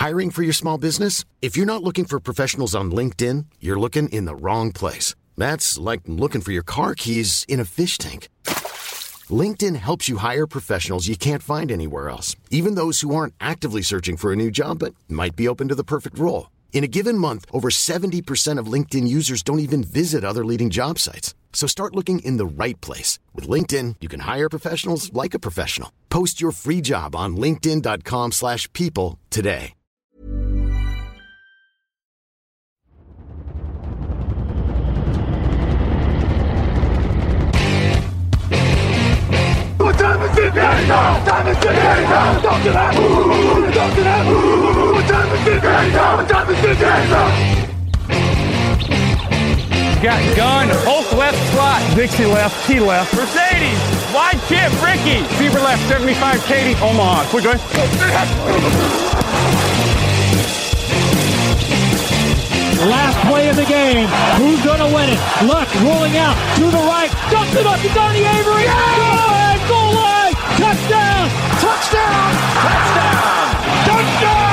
Hiring for your small business? If you're not looking for professionals on LinkedIn, you're looking in the wrong place. That's like looking for your car keys in a fish tank. LinkedIn helps you hire professionals you can't find anywhere else, even those who aren't actively searching for a new job but might be open to the perfect role. In a given month, over 70% of LinkedIn users don't even visit other leading job sites. So start looking in the right place. With LinkedIn, you can hire professionals like a professional. Post your free job on linkedin.com/people today. What time is it? What time is it? Don't do that! Don't do that! What time is it? What time is it? Got gun, Hulk left slot, Dixie left, T left, Mercedes, wide chip, Ricky, Fever left, 75, Katie, Omaha, quick going. Last play of the game. Who's going to win it? Luck rolling out to the right. Dumps it up to Donnie Avery. Yeah! Goal line. Touchdown. Touchdown. Touchdown. Touchdown.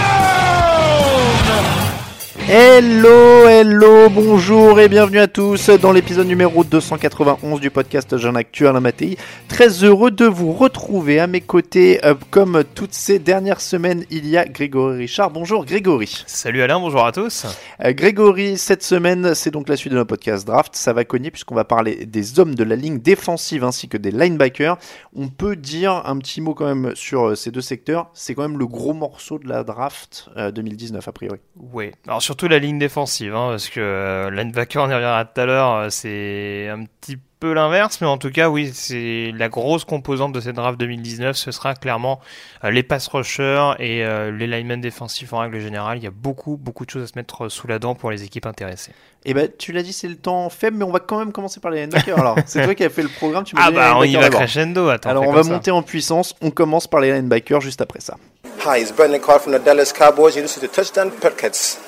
Hello, bonjour et bienvenue à tous dans l'épisode numéro 291 du podcast Jeune Actu. Alain Mattei, très heureux de vous retrouver à mes côtés. Comme toutes ces dernières semaines, il y a Grégory Richard. Bonjour Grégory. Salut Alain, bonjour à tous. Grégory, cette semaine, c'est donc la suite de notre podcast Draft. Ça va cogner puisqu'on va parler des hommes de la ligne défensive ainsi que des linebackers. On peut dire un petit mot quand même sur ces deux secteurs. C'est quand même le gros morceau de la draft 2019 a priori. Oui, alors surtout la ligne défensive, parce que linebacker, on y reviendra tout à l'heure, c'est un petit peu l'inverse, mais en tout cas, oui, c'est la grosse composante de cette draft 2019, ce sera clairement les pass rushers et les linemen défensifs en règle générale. Il y a beaucoup de choses à se mettre sous la dent pour les équipes intéressées. Et tu l'as dit, c'est le temps faible, mais on va quand même commencer par les linebackers. Alors, c'est toi qui as fait le programme, tu m'as dit on y va crescendo. Attends, alors, on va monter en puissance. On commence par les linebackers juste après ça. Hi, it's Brandon Carr from the Dallas Cowboys. You listen to Touchdown Podcast.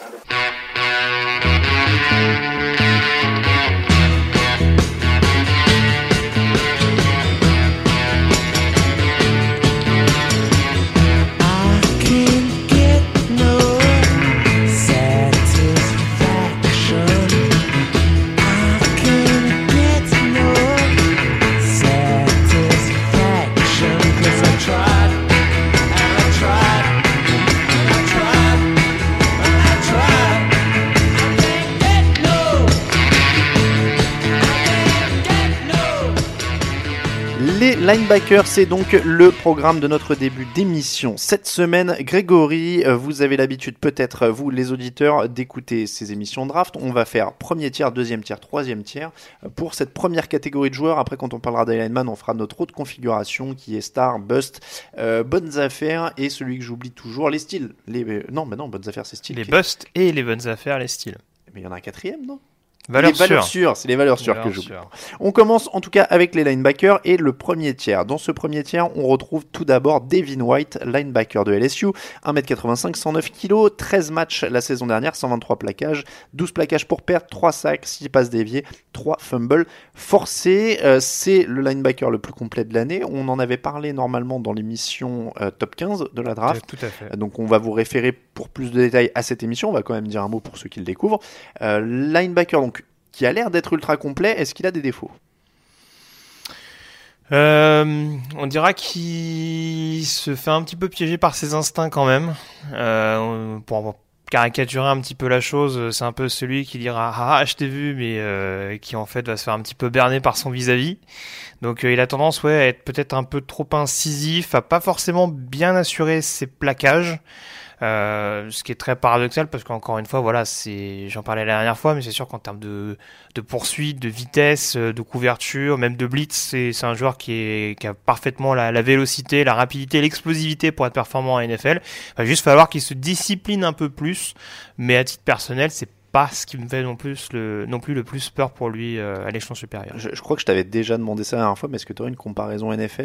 Les linebackers, c'est donc le programme de notre début d'émission. Cette semaine, Grégory, vous avez l'habitude peut-être, vous les auditeurs, d'écouter ces émissions draft. On va faire premier tiers, deuxième tiers, troisième tiers. Pour cette première catégorie de joueurs, après quand on parlera des linemen, on fera notre autre configuration qui est star, bust, bonnes affaires et celui que j'oublie toujours, les styles. Non, bonnes affaires c'est style. Les busts et les bonnes affaires, les styles. Mais il y en a un quatrième, non ? Valeurs sûres, c'est les valeurs sûres que j'oublie. On commence en tout cas avec les linebackers et le premier tiers. Dans ce premier tiers, on retrouve tout d'abord Devin White, linebacker de LSU, 1m85, 109 kg, 13 matchs la saison dernière, 123 plaquages, 12 plaquages pour perte, 3 sacs, 6 passes déviées, 3 fumbles forcés. C'est le linebacker le plus complet de l'année. On en avait parlé normalement dans l'émission Top 15 de la draft. Tout à fait. Donc on va vous référer pour plus de détails à cette émission. On va quand même dire un mot pour ceux qui le découvrent. Linebacker donc qui a l'air d'être ultra complet, est-ce qu'il a des défauts ? On dira qu'il se fait un petit peu piéger par ses instincts quand même. Pour caricaturer un petit peu la chose, c'est un peu celui qui dira « Ah, je t'ai vu », mais qui en fait va se faire un petit peu berner par son vis-à-vis. Donc il a tendance à être peut-être un peu trop incisif, à pas forcément bien assurer ses plaquages. Ce qui est très paradoxal parce qu'encore une fois, voilà, j'en parlais la dernière fois, mais c'est sûr qu'en termes de poursuite, de vitesse, de couverture, même de blitz, c'est un joueur qui a parfaitement la vélocité, la rapidité, l'explosivité pour être performant en NFL. Il va juste falloir qu'il se discipline un peu plus, mais à titre personnel, c'est pas ce qui me fait non plus le plus peur pour lui à l'échelon supérieur. Je crois que je t'avais déjà demandé ça la dernière fois, mais est-ce que tu aurais une comparaison NFL ?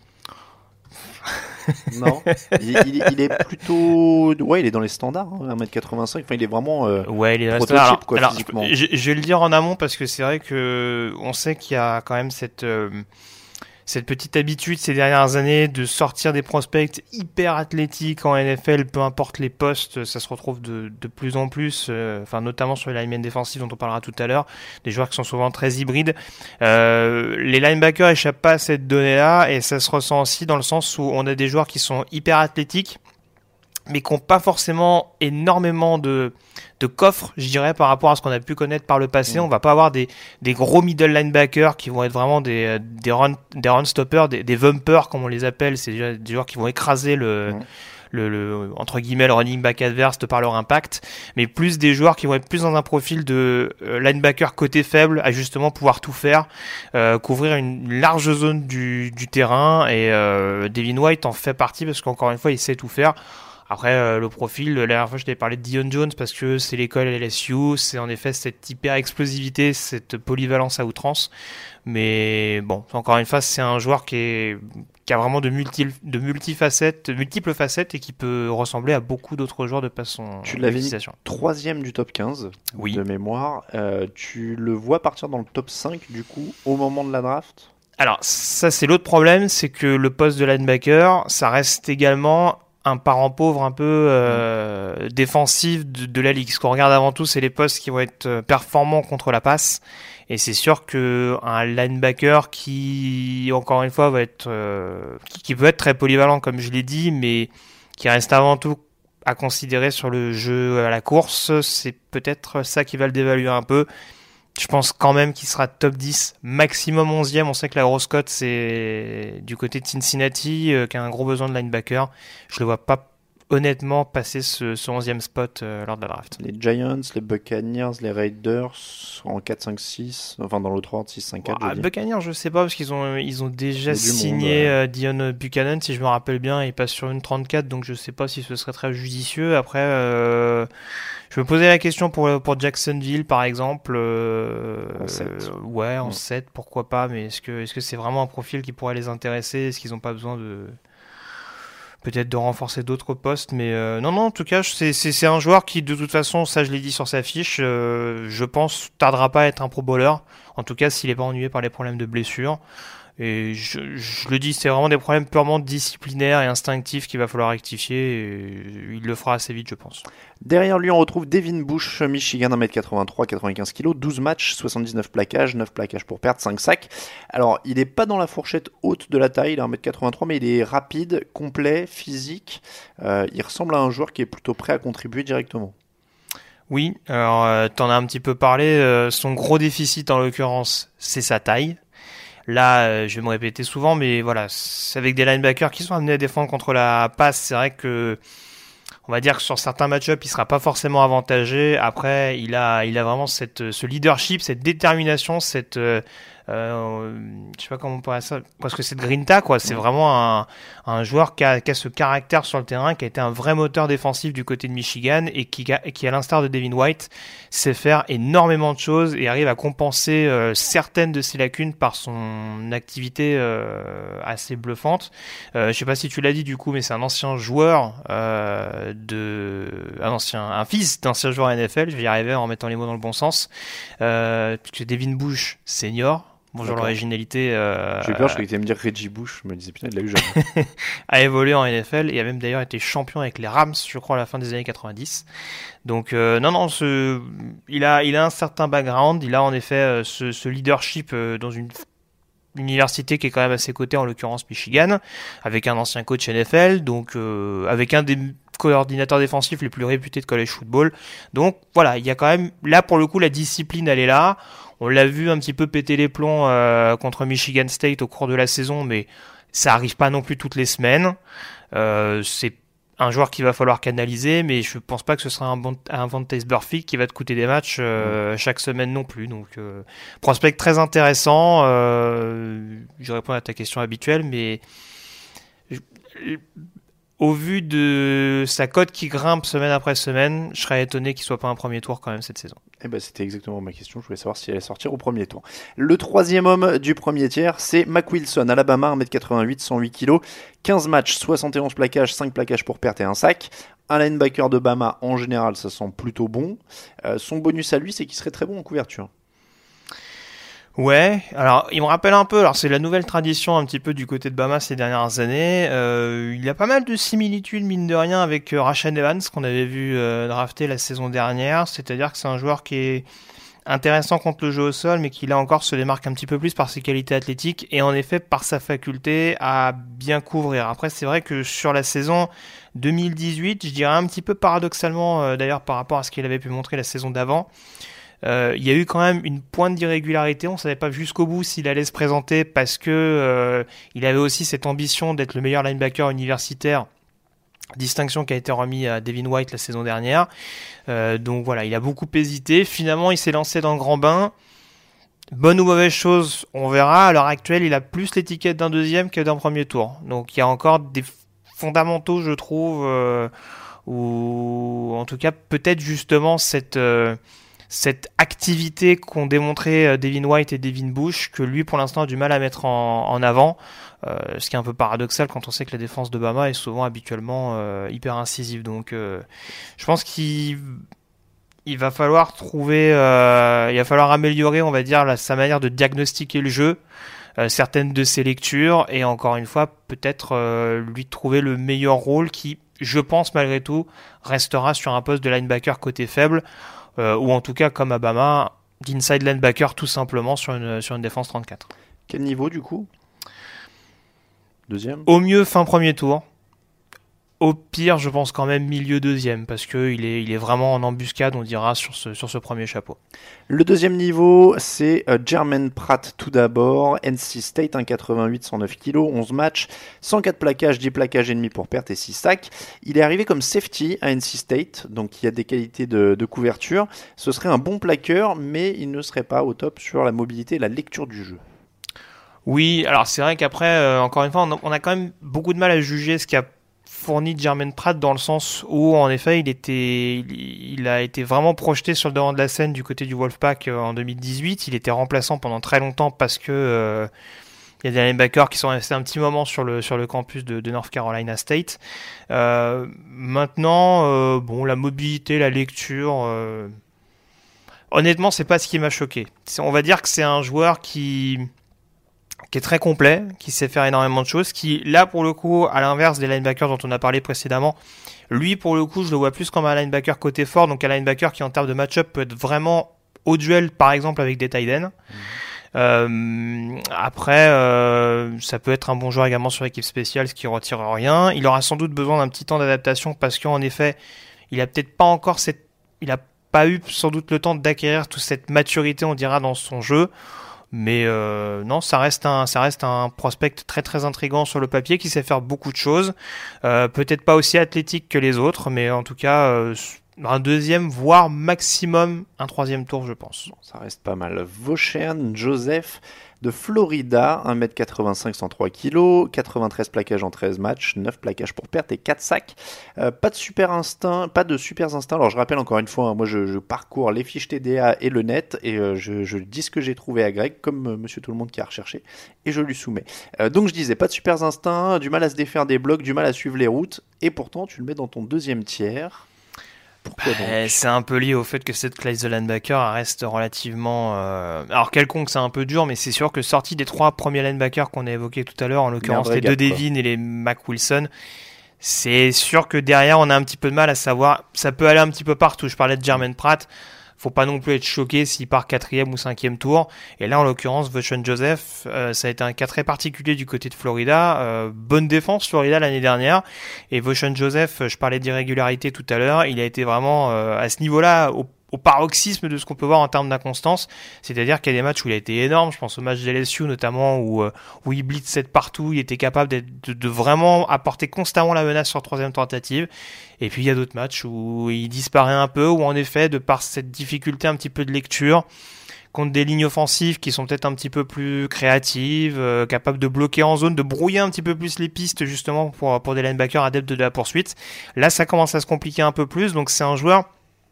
Non, il est plutôt... Ouais, il est dans les standards, 1m85, enfin il est vraiment ouais, il est prototype quoi, physiquement. Je vais le dire en amont parce que c'est vrai que on sait qu'il y a quand même cette cette petite habitude ces dernières années de sortir des prospects hyper athlétiques en NFL, peu importe les postes, ça se retrouve de plus en plus, notamment sur les linemen défensifs dont on parlera tout à l'heure, des joueurs qui sont souvent très hybrides. Les linebackers échappent pas à cette donnée-là, et ça se ressent aussi dans le sens où on a des joueurs qui sont hyper athlétiques, mais qui n'ont pas forcément énormément de coffre, je dirais, par rapport à ce qu'on a pu connaître par le passé. On va pas avoir des gros middle linebackers qui vont être vraiment des run stoppers, des bumpers comme on les appelle. C'est des joueurs qui vont écraser le entre guillemets le running back adverse de par leur impact, mais plus des joueurs qui vont être plus dans un profil de linebacker côté faible, à justement pouvoir tout faire, couvrir une large zone du terrain, et Devin White en fait partie parce qu'encore une fois il sait tout faire. Après, le profil, la dernière fois je t'avais parlé de Dion Jones parce que c'est l'école LSU, c'est en effet cette hyper explosivité, cette polyvalence à outrance. Mais bon, encore une fois, c'est un joueur qui a vraiment de multiples facettes et qui peut ressembler à beaucoup d'autres joueurs de par son Tu l'avais utilisation. 3e du top 15 Oui. de mémoire. Tu le vois partir dans le top 5 du coup au moment de la draft? Alors, ça c'est l'autre problème, c'est que le poste de linebacker, ça reste également un parent pauvre un peu défensif de la ligue. Ce qu'on regarde avant tout, c'est les postes qui vont être performants contre la passe. Et c'est sûr qu'un linebacker qui, encore une fois, va être qui peut être très polyvalent, comme je l'ai dit, mais qui reste avant tout à considérer sur le jeu à la course, c'est peut-être ça qui va le dévaluer un peu. Je pense quand même qu'il sera top 10, maximum 11e. On sait que la grosse cote, c'est du côté de Cincinnati, qui a un gros besoin de linebacker. Je le vois pas, honnêtement, passer ce 11e spot lors de la draft. Les Giants, les Buccaneers, les Raiders en 4, 5, 6, enfin dans l'autre ordre, 6, 5, 4. Buccaneers, je sais pas, parce qu'ils ont déjà signé Dion Buchanan, si je me rappelle bien, il passe sur une 34, donc je sais pas si ce serait très judicieux. Après, je me posais la question pour Jacksonville, par exemple. En 7. En 7, pourquoi pas, mais est-ce que c'est vraiment un profil qui pourrait les intéresser? Est-ce qu'ils n'ont pas besoin peut-être de renforcer d'autres postes? Mais non, en tout cas, c'est un joueur qui, de toute façon, ça je l'ai dit sur sa fiche, je pense, tardera pas à être un pro bowler. En tout cas, s'il n'est pas ennuyé par les problèmes de blessure. Et je le dis, c'est vraiment des problèmes purement disciplinaires et instinctifs qu'il va falloir rectifier, et il le fera assez vite, je pense. Derrière lui, on retrouve Devin Bush, Michigan, 1m83, 95 kg, 12 matchs, 79 plaquages, 9 plaquages pour perdre, 5 sacs. Alors, il n'est pas dans la fourchette haute de la taille, il a 1m83, mais il est rapide, complet, physique. Il ressemble à un joueur qui est plutôt prêt à contribuer directement. Oui, alors t'en as un petit peu parlé, son gros déficit en l'occurrence, c'est sa taille. Là, je vais me répéter souvent, mais voilà, c'est avec des linebackers qui sont amenés à défendre contre la passe, c'est vrai que on va dire que sur certains match-ups, il sera pas forcément avantagé. Après, il a vraiment ce leadership, cette détermination, cette je sais pas comment on pourrait ça, parce que c'est de grinta, quoi. C'est vraiment un joueur qui a ce caractère sur le terrain, qui a été un vrai moteur défensif du côté de Michigan, et qui à l'instar de Devin White, sait faire énormément de choses et arrive à compenser certaines de ses lacunes par son activité assez bluffante. Je sais pas si tu l'as dit du coup, mais c'est un ancien joueur un fils d'ancien joueur NFL. Je vais y arriver en mettant les mots dans le bon sens. Puisque Devin Bush senior. Bonjour l'originalité. J'ai eu peur, je croyais que tu allais me dire Reggie Bush. Je me disais, putain, il l'a eu jamais. A évolué en NFL et a même d'ailleurs été champion avec les Rams, je crois, à la fin des années 90. Donc, il a un certain background. Il a en effet ce leadership dans une université qui est quand même à ses côtés, en l'occurrence Michigan, avec un ancien coach NFL, donc avec un des coordinateurs défensifs les plus réputés de college football. Donc voilà, il y a quand même, là pour le coup, la discipline, elle est là. On l'a vu un petit peu péter les plombs contre Michigan State au cours de la saison, mais ça arrive pas non plus toutes les semaines. C'est un joueur qu'il va falloir canaliser, mais je pense pas que ce sera un Vontaze Burfict qui va te coûter des matchs chaque semaine non plus. Donc prospect très intéressant. Je réponds à ta question habituelle, mais au vu de sa cote qui grimpe semaine après semaine, je serais étonné qu'il soit pas un premier tour quand même cette saison. Eh ben, c'était exactement ma question, je voulais savoir si elle allait sortir au premier tour. Le troisième homme du premier tiers, c'est Mack Wilson, Alabama, 1m88, 108 kg, 15 matchs, 71 plaquages, 5 plaquages pour perte et un sac. Un linebacker de Bama, en général, ça sent plutôt bon. Son bonus à lui, c'est qu'il serait très bon en couverture. Ouais, alors il me rappelle un peu, alors c'est la nouvelle tradition un petit peu du côté de Bama ces dernières années, il y a pas mal de similitudes mine de rien avec Rashaan Evans qu'on avait vu drafter la saison dernière, c'est-à-dire que c'est un joueur qui est intéressant contre le jeu au sol, mais qui là encore se démarque un petit peu plus par ses qualités athlétiques et en effet par sa faculté à bien couvrir. Après c'est vrai que sur la saison 2018, je dirais un petit peu paradoxalement d'ailleurs par rapport à ce qu'il avait pu montrer la saison d'avant, il y a eu quand même une pointe d'irrégularité, on savait pas jusqu'au bout s'il allait se présenter parce que il avait aussi cette ambition d'être le meilleur linebacker universitaire, distinction qui a été remise à Devin White la saison dernière. Donc voilà, il a beaucoup hésité, finalement il s'est lancé dans le grand bain. Bonne ou mauvaise chose, on verra. À l'heure actuelle, il a plus l'étiquette d'un deuxième que d'un premier tour, donc il y a encore des fondamentaux je trouve, ou en tout cas peut-être justement cette activité qu'ont démontré Devin White et Devin Bush, que lui pour l'instant a du mal à mettre en avant, ce qui est un peu paradoxal quand on sait que la défense de Bama est souvent habituellement hyper incisive. Donc je pense qu'il va falloir trouver, il va falloir améliorer, on va dire, sa manière de diagnostiquer le jeu, certaines de ses lectures, et encore une fois peut-être lui trouver le meilleur rôle qui, je pense malgré tout, restera sur un poste de linebacker côté faible, ou en tout cas comme à Bama, d'inside linebacker tout simplement sur une défense 34. Quel niveau du coup ? Deuxième ? Au mieux fin premier tour. Au pire, je pense quand même milieu deuxième, parce qu'il est vraiment en embuscade, on dira, sur ce premier chapeau. Le deuxième niveau, c'est Jermaine Pratt tout d'abord. NC State, 1,88, 109 kg, 11 matchs, 104 plaquages, 10 plaquages et demi pour perte et 6 sacs. Il est arrivé comme safety à NC State, donc il y a des qualités de couverture. Ce serait un bon plaqueur, mais il ne serait pas au top sur la mobilité et la lecture du jeu. Oui, alors c'est vrai qu'après, encore une fois, on a quand même beaucoup de mal à juger ce qu'a fourni Jermaine Pratt, dans le sens où en effet il a été vraiment projeté sur le devant de la scène du côté du Wolfpack en 2018. Il était remplaçant pendant très longtemps parce que il y a des linebackers qui sont restés un petit moment sur le campus de North Carolina State. Maintenant, la mobilité, la lecture, honnêtement c'est pas ce qui m'a choqué. On va dire que c'est un joueur qui est très complet, qui sait faire énormément de choses, qui, là, pour le coup, à l'inverse des linebackers dont on a parlé précédemment, lui, pour le coup, je le vois plus comme un linebacker côté fort, donc un linebacker qui, en termes de match-up, peut être vraiment au duel, par exemple, avec des tight ends. Après, ça peut être un bon joueur également sur l'équipe spéciale, ce qui retire rien. Il aura sans doute besoin d'un petit temps d'adaptation, parce qu'en effet, il a peut-être pas encore il a pas eu sans doute le temps d'acquérir toute cette maturité, on dira, dans son jeu. Mais non, ça reste un prospect très très intriguant sur le papier, qui sait faire beaucoup de choses, peut-être pas aussi athlétique que les autres, mais en tout cas un deuxième voire maximum un troisième tour, je pense. Ça reste pas mal. Voshern Joseph de Florida, 1m85, 103 kg, 93 plaquages en 13 matchs, 9 plaquages pour perte et 4 sacs. Pas de super instincts. Alors je rappelle encore une fois, moi je parcours les fiches TDA et le net, et je dis ce que j'ai trouvé à Greg, comme monsieur tout le monde qui a recherché, et je lui soumets. Donc je disais, pas de super instincts, du mal à se défaire des blocs, du mal à suivre les routes, et pourtant tu le mets dans ton deuxième tiers. C'est un peu lié au fait que cette classe de linebacker reste relativement... Alors quelconque, c'est un peu dur, mais c'est sûr que sorti des 3 premiers linebackers qu'on a évoqués tout à l'heure, en l'occurrence les 2 Devin et les Mac Wilson, c'est sûr que derrière on a un petit peu de mal à savoir, ça peut aller un petit peu partout. Je parlais de Jermaine Pratt, faut pas non plus être choqué s'il part 4e ou 5e tour. Et là, en l'occurrence, Voshern Joseph, ça a été un cas très particulier du côté de Florida. Bonne défense, Florida, l'année dernière. Et Voshern Joseph, je parlais d'irrégularité tout à l'heure, il a été vraiment à ce niveau-là, au paroxysme de ce qu'on peut voir en termes d'inconstance. C'est-à-dire qu'il y a des matchs où il a été énorme. Je pense au match de LSU notamment, où il blitzait de partout. Il était capable de vraiment apporter constamment la menace sur 3e tentative. Et puis il y a d'autres matchs où il disparaît un peu, où en effet, de par cette difficulté un petit peu de lecture, contre des lignes offensives qui sont peut-être un petit peu plus créatives, capables de bloquer en zone, de brouiller un petit peu plus les pistes justement pour des linebackers adeptes de la poursuite. Là, ça commence à se compliquer un peu plus. Donc c'est un joueur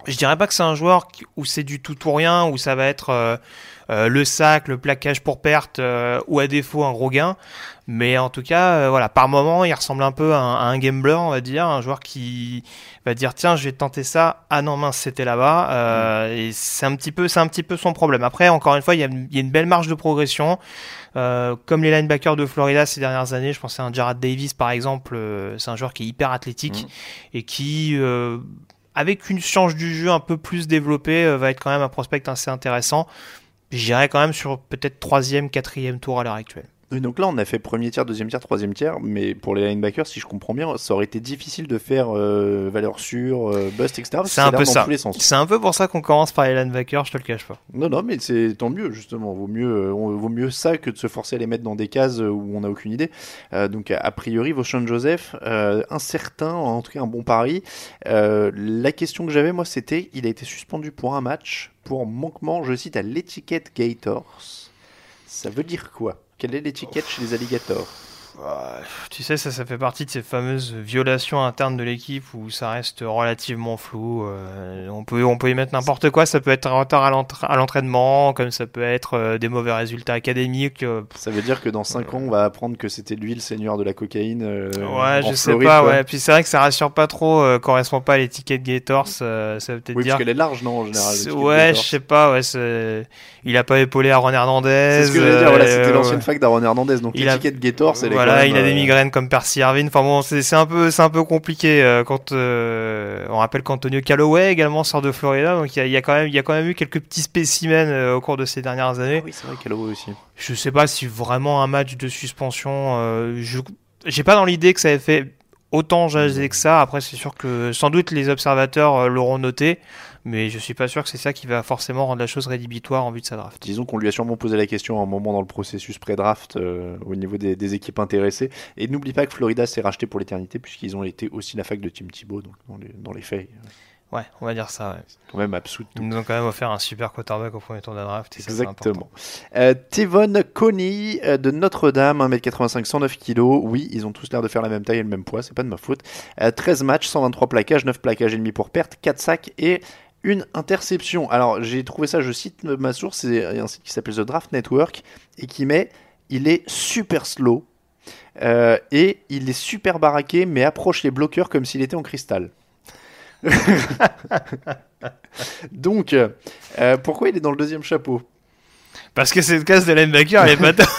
Je dirais pas que c'est un joueur où c'est du tout ou rien, où ça va être le sac, le plaquage pour perte, ou à défaut un gros gain. Mais en tout cas, voilà, par moment, il ressemble un peu à un gambler, on va dire, un joueur qui va dire tiens, je vais tenter ça. Ah non, mince, c'était là-bas. Et c'est un petit peu son problème. Après, encore une fois, il y a une belle marge de progression. Comme les linebackers de Florida ces dernières années, je pensais à un Jarrad Davis par exemple. C'est un joueur qui est hyper athlétique et qui avec une science du jeu un peu plus développée, va être quand même un prospect assez intéressant. J'irais quand même sur peut-être 3e, 4e tour à l'heure actuelle. Oui, donc là, on a fait premier tiers, deuxième tiers, troisième tiers, mais pour les linebackers, si je comprends bien, ça aurait été difficile de faire valeur sûre, bust, etc. C'est un peu ça. Dans tous les sens. C'est un peu pour ça qu'on commence par les linebackers, je te le cache pas. Non, mais c'est tant mieux, justement. Vaut mieux ça que de se forcer à les mettre dans des cases où on n'a aucune idée. Donc, a priori, Voshon Joseph, incertain, en tout cas un bon pari. La question que j'avais, moi, c'était, il a été suspendu pour un match pour manquement, je cite, à l'étiquette Gators. Ça veut dire quoi ? Quelle est l'étiquette chez les alligators ? Tu sais, ça fait partie de ces fameuses violations internes de l'équipe où ça reste relativement flou. On peut y mettre n'importe quoi. Ça peut être un retard à l'entraînement, comme ça peut être des mauvais résultats académiques. Ça veut dire que dans 5 ans, on va apprendre que c'était lui le seigneur de la cocaïne. Ouais, je sais Floride, pas. quoi. Ouais. Puis c'est vrai que ça rassure pas trop. Correspond pas à l'étiquette Gators. Ça veut peut-être oui, dire. parce qu'elle est large, non, en général. Ouais, je sais pas. Ouais, il a pas épaulé Aaron Hernandez. C'est ce que j'allais dire. Voilà, c'était l'ancienne fac d'Aaron Hernandez. Donc l'étiquette Gators, elle est voilà, quand même, il a des migraines comme Percy Harvin. Enfin bon, c'est un peu compliqué quand on rappelle qu'Antonio Callaway également sort de Florida, donc il y a quand même eu quelques petits spécimens au cours de ces dernières années. Ah oui, c'est vrai, Callaway aussi. Je sais pas si vraiment un match de suspension. J'ai pas dans l'idée que ça ait fait autant jaser que ça. Après, c'est sûr que sans doute les observateurs l'auront noté. Mais je suis pas sûr que c'est ça qui va forcément rendre la chose rédhibitoire en vue de sa draft. Disons qu'on lui a sûrement posé la question à un moment dans le processus pré-draft au niveau des équipes intéressées. Et n'oublie pas que Florida s'est racheté pour l'éternité puisqu'ils ont été aussi la fac de Tim Tebow donc dans les faits. Ouais, on va dire ça. Ouais. C'est quand même absurde. Ils nous ont quand même offert un super quarterback au premier tour de la draft. Exactement. Tevon Coney de Notre-Dame, 1m85, 109 kg. Oui, ils ont tous l'air de faire la même taille et le même poids, c'est pas de ma faute. 13 matchs, 123 plaquages, 9 plaquages et demi pour perte, 4 sacs et une interception. Alors, j'ai trouvé ça, je cite ma source, c'est un site qui s'appelle The Draft Network et qui met « Il est super slow et il est super baraqué mais approche les bloqueurs comme s'il était en cristal. » Donc, pourquoi il est dans le deuxième chapeau ? Parce que cette case de linebacker, elle est pas top.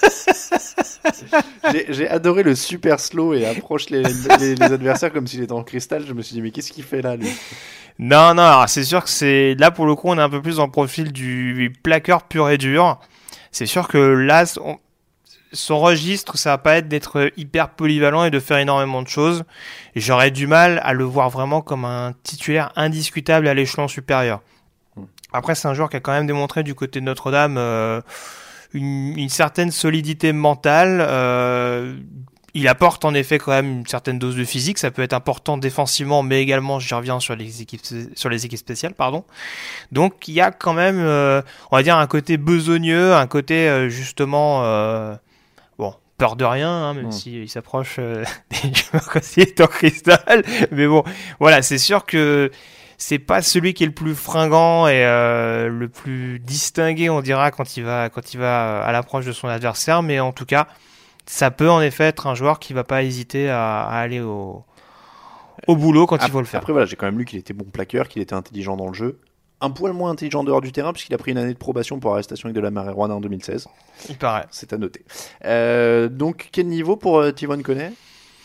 J'ai adoré le super slow et approche les adversaires comme s'il était en cristal. Je me suis dit, mais qu'est-ce qu'il fait là, lui ? Non, alors c'est sûr que c'est là pour le coup, on est un peu plus dans le profil du plaqueur pur et dur. C'est sûr que là, son registre, ça va pas être d'être hyper polyvalent et de faire énormément de choses. J'aurais du mal à le voir vraiment comme un titulaire indiscutable à l'échelon supérieur. Après, c'est un joueur qui a quand même démontré du côté de Notre-Dame une certaine solidité mentale. Il apporte en effet quand même une certaine dose de physique. Ça peut être important défensivement, mais également, j'y reviens sur les équipes spéciales, pardon. Donc, il y a quand même, on va dire, un côté besogneux, un côté justement, peur de rien, hein, même s'il s'approche des joueurs aussi en cristal. Mais bon, voilà, c'est sûr que c'est pas celui qui est le plus fringant et le plus distingué, on dira, quand il va à l'approche de son adversaire. Mais en tout cas, ça peut en effet être un joueur qui va pas hésiter à aller au boulot quand il faut le faire. Après, voilà, j'ai quand même lu qu'il était bon plaqueur, qu'il était intelligent dans le jeu. Un poil moins intelligent dehors du terrain, puisqu'il a pris une année de probation pour arrestation avec de la marijuana en 2016. Il paraît. C'est à noter. Donc, quel niveau pour Tevon Coney ?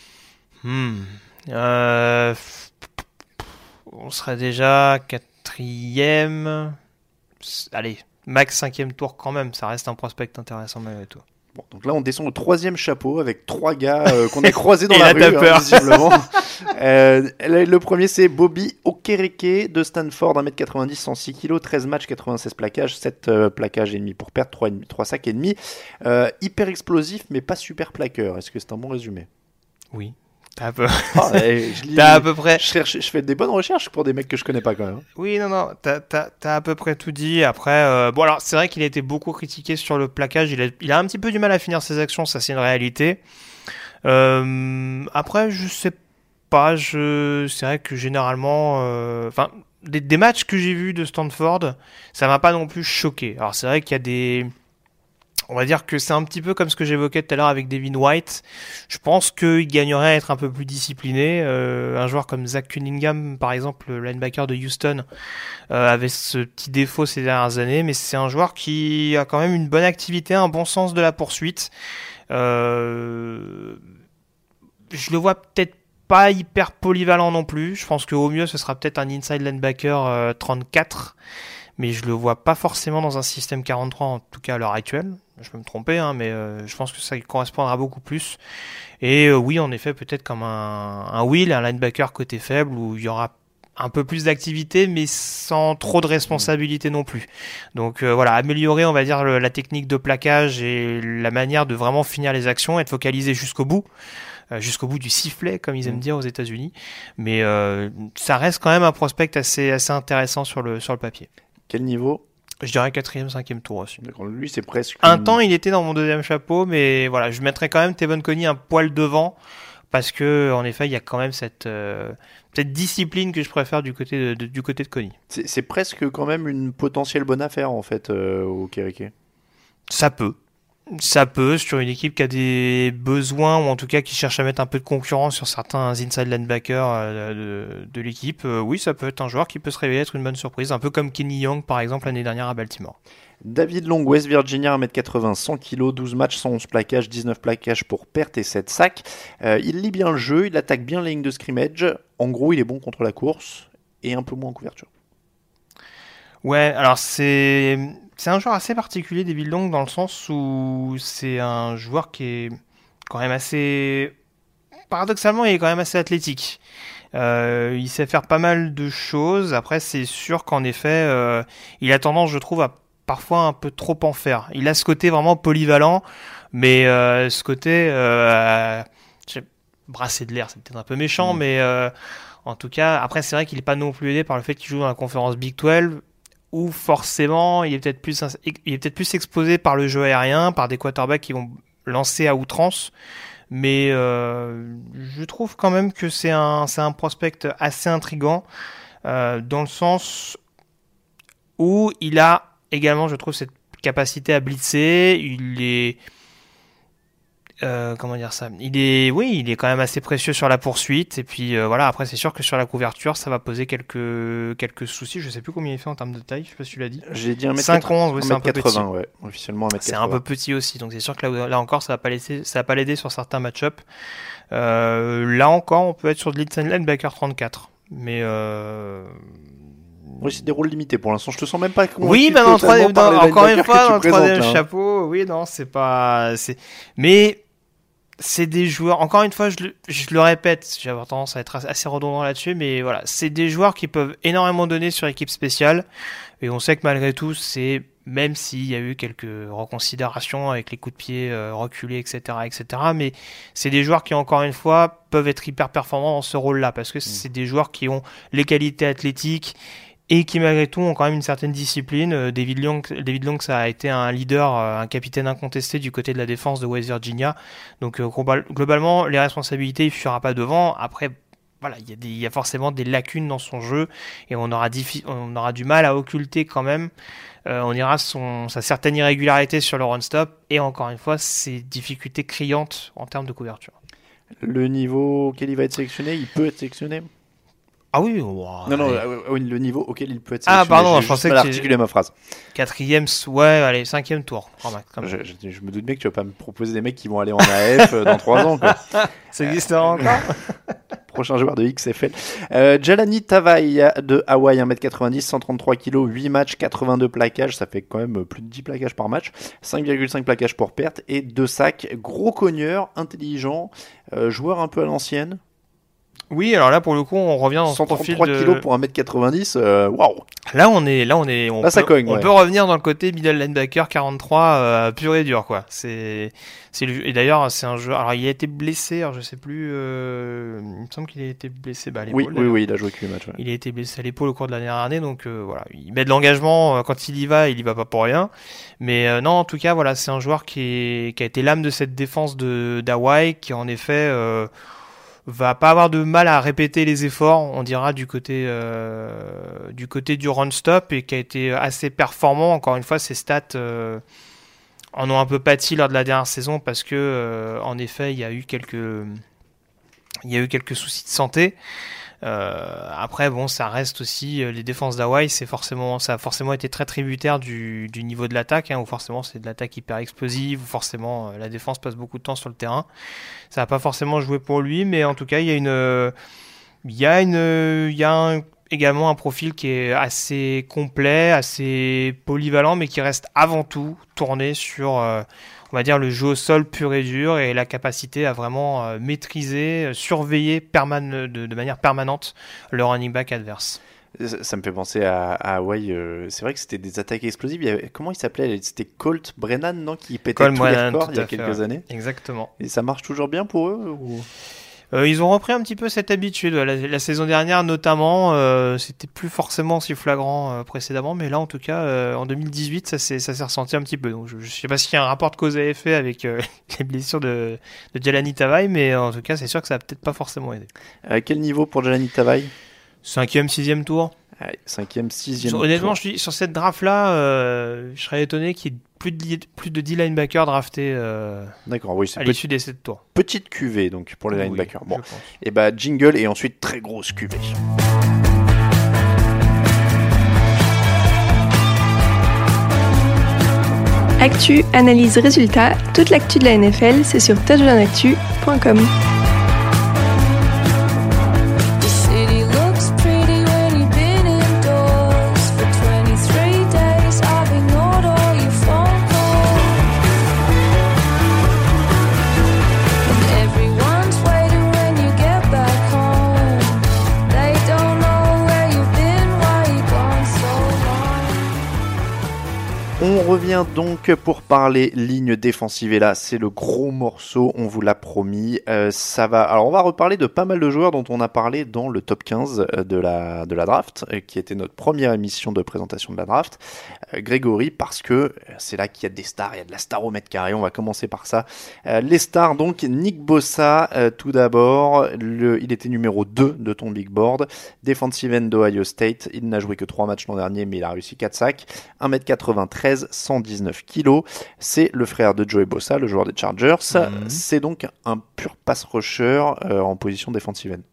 On serait déjà 4e. Allez, max 5e tour quand même. Ça reste un prospect intéressant malgré tout. Bon, donc là, on descend au 3e chapeau avec 3 gars qu'on a croisés dans la rue, visiblement. Le premier, c'est Bobby Okereke de Stanford, 1m90, 106 kg, 13 matchs, 96 plaquages, 7 plaquages et demi pour perte, 3 sacs et demi. Hyper explosif, mais pas super plaqueur. Est-ce que c'est un bon résumé ? Oui. T'as à peu près. Je fais des bonnes recherches pour des mecs que je connais pas quand même. Oui, non, t'as à peu près tout dit. Après, bon, alors c'est vrai qu'il a été beaucoup critiqué sur le plaquage. Il a un petit peu du mal à finir ses actions, ça c'est une réalité. Après, je sais pas. C'est vrai que généralement, des matchs que j'ai vus de Stanford, ça m'a pas non plus choqué. Alors c'est vrai qu'il y a des... On va dire que c'est un petit peu comme ce que j'évoquais tout à l'heure avec Devin White. Je pense qu'il gagnerait à être un peu plus discipliné. Un joueur comme Zach Cunningham, par exemple, le linebacker de Houston, avait ce petit défaut ces dernières années, mais c'est un joueur qui a quand même une bonne activité, un bon sens de la poursuite. Je le vois peut-être pas hyper polyvalent non plus. Je pense qu'au mieux, ce sera peut-être un inside linebacker 34. Mais je le vois pas forcément dans un système 43, en tout cas à l'heure actuelle. Je peux me tromper, hein, mais je pense que ça correspondra beaucoup plus. Et oui, en effet, peut-être comme un Will, un linebacker côté faible, où il y aura un peu plus d'activité, mais sans trop de responsabilité non plus. Donc voilà, améliorer, on va dire, la technique de plaquage et la manière de vraiment finir les actions, être focalisé jusqu'au bout du sifflet, comme ils aiment dire aux États-Unis. Mais ça reste quand même un prospect assez intéressant sur le papier. Quel niveau ? Je dirais 4e, 5e tour aussi. D'accord, lui, c'est presque... Un temps, il était dans mon deuxième chapeau, mais voilà, je mettrais quand même Tevon Coney un poil devant, parce que en effet, il y a quand même cette discipline que je préfère du côté de Coney. C'est presque quand même une potentielle bonne affaire, en fait, au Kéréké. Ça peut, sur une équipe qui a des besoins, ou en tout cas qui cherche à mettre un peu de concurrence sur certains inside linebackers de l'équipe. Oui, ça peut être un joueur qui peut se révéler être une bonne surprise, un peu comme Kenny Young, par exemple, l'année dernière à Baltimore. David Long, West Virginia, 1m80, 100 kg, 12 matchs, 111 plaquages, 19 plaquages pour perte et 7 sacs. Il lit bien le jeu, il attaque bien les lignes de scrimmage. En gros, il est bon contre la course et un peu moins en couverture. Ouais, alors c'est un joueur assez particulier, David Long, dans le sens où c'est un joueur qui est quand même assez... Paradoxalement, il est quand même assez athlétique. Il sait faire pas mal de choses. Après, c'est sûr qu'en effet, il a tendance, je trouve, à parfois un peu trop en faire. Il a ce côté vraiment polyvalent, mais ce côté... brasser de l'air, c'est peut-être un peu méchant, mais en tout cas, après, c'est vrai qu'il n'est pas non plus aidé par le fait qu'il joue dans la conférence Big 12, où forcément il est peut-être plus exposé par le jeu aérien, par des quarterbacks qui vont lancer à outrance, mais je trouve quand même que c'est un prospect assez intriguant, dans le sens où il a également, je trouve, cette capacité à blitzer. Il est comment dire ça, il est quand même assez précieux sur la poursuite, et puis voilà, après c'est sûr que sur la couverture ça va poser quelques soucis. Je sais plus combien il fait en termes de taille, je sais pas si tu l'as dit. J'ai dit 5'11", oui, c'est un peu petit. Ouais, officiellement 1m80. C'est un peu petit aussi, donc c'est sûr que là encore ça va pas l'aider sur certains match-up. Là encore on peut être sur de l'inside linebacker 34, mais oui, c'est des rôles limités pour l'instant. Je te sens même pas convaincu. Oui, ben encore une fois, dans le troisième chapeau, oui, non, mais c'est des joueurs, encore une fois, je le répète, j'ai tendance à être assez redondant là-dessus, mais voilà, c'est des joueurs qui peuvent énormément donner sur équipe spéciale, et on sait que malgré tout, même s'il y a eu quelques reconsidérations avec les coups de pied reculés, etc., mais c'est des joueurs qui, encore une fois, peuvent être hyper performants dans ce rôle-là, parce que c'est des joueurs qui ont les qualités athlétiques, et qui malgré tout ont quand même une certaine discipline. David Long, ça a été un leader, un capitaine incontesté du côté de la défense de West Virginia. Donc globalement, les responsabilités, il ne fuira pas devant. Après, voilà, il y a forcément des lacunes dans son jeu, et on aura du mal à occulter quand même. On ira sa certaine irrégularité sur le run-stop, et encore une fois, ses difficultés criantes en termes de couverture. Le niveau auquel il va être sélectionné, il peut être sélectionné ? Ah oui, le niveau auquel il peut être sélectionné. Ah pardon, je pensais que articuler ma phrase. 4e, ouais, allez, 5e tour. Je me doute bien que tu vas pas me proposer des mecs qui vont aller en AF dans 3 ans, quoi. Ça existera encore. Prochain joueur de XFL. Jalani Tavai de Hawaï, 1m90, 133 kg, 8 matchs, 82 plaquages. Ça fait quand même plus de 10 plaquages par match. 5,5 plaquages pour perte et 2 sacs. Gros cogneur, intelligent, joueur un peu à l'ancienne. Oui, alors là pour le coup on revient dans ce profil 133 kg pour 1m90, waouh. Là on peut revenir dans le côté middle linebacker 43 pur et dur, quoi. Et d'ailleurs c'est un joueur. Alors il a été blessé, alors je sais plus. Il me semble qu'il a été blessé à l'épaule. Oui, il a joué que 8 matchs. Ouais. Il a été blessé à l'épaule au cours de la dernière année, donc voilà, il met de l'engagement quand il y va pas pour rien. Mais non, en tout cas voilà, c'est un joueur qui a été l'âme de cette défense d'Hawaï, qui en effet va pas avoir de mal à répéter les efforts, on dira, du côté du run-stop, et qui a été assez performant. Encore une fois, ses stats en ont un peu pâti lors de la dernière saison parce que, en effet, il y a eu quelques soucis de santé. Après, bon, ça reste aussi les défenses d'Hawaï, ça a forcément été très tributaire du niveau de l'attaque, où forcément c'est de l'attaque hyper explosive, où forcément la défense passe beaucoup de temps sur le terrain. Ça n'a pas forcément joué pour lui, mais en tout cas, il y a également un profil qui est assez complet, assez polyvalent, mais qui reste avant tout tourné sur, on va dire, le jeu au sol pur et dur, et la capacité à vraiment maîtriser, surveiller de manière permanente le running back adverse. Ça me fait penser à Hawaï. C'est vrai que c'était des attaques explosives. Comment il s'appelait ? C'était Colt Brennan, non ? Qui pétait tous les records il y a quelques années. Exactement. Et ça marche toujours bien pour eux ou... Ils ont repris un petit peu cette habitude. La saison dernière, notamment, c'était plus forcément si flagrant précédemment, mais là, en tout cas, en 2018, ça s'est ressenti un petit peu. Donc, je sais pas s'il y a un rapport de cause à effet avec les blessures de Jelani Tavai, mais en tout cas, c'est sûr que ça a peut-être pas forcément aidé. À quel niveau pour Jelani Tavai ? 5e, 6e tour. Allez, 5e, 6e tour. Honnêtement, je dis, sur cette draft-là, je serais étonné qu'il y ait plus de 10 linebackers draftés D'accord, oui, c'est à l'issue des 7 tours. Petite cuvée donc pour les linebackers. Oui, bon, et bah jingle et ensuite très grosse cuvée. Actu, analyse, résultat, toute l'actu de la NFL, c'est sur touchdownactu.com. On revient donc pour parler ligne défensive, et là c'est le gros morceau, on vous l'a promis. Alors on va reparler de pas mal de joueurs dont on a parlé dans le top 15 de la draft, qui était notre première émission de présentation de la draft. Grégory, parce que c'est là qu'il y a des stars, il y a de la star au mètre carré, on va commencer par ça. Les stars donc, Nick Bosa tout d'abord, il était numéro 2 de ton big board, defensive end d'Ohio State, il n'a joué que 3 matchs l'an dernier mais il a réussi 4 sacs, 1m93, 119 kg, c'est le frère de Joey Bosa, le joueur des Chargers, c'est donc un pur pass rusher en position defensive end.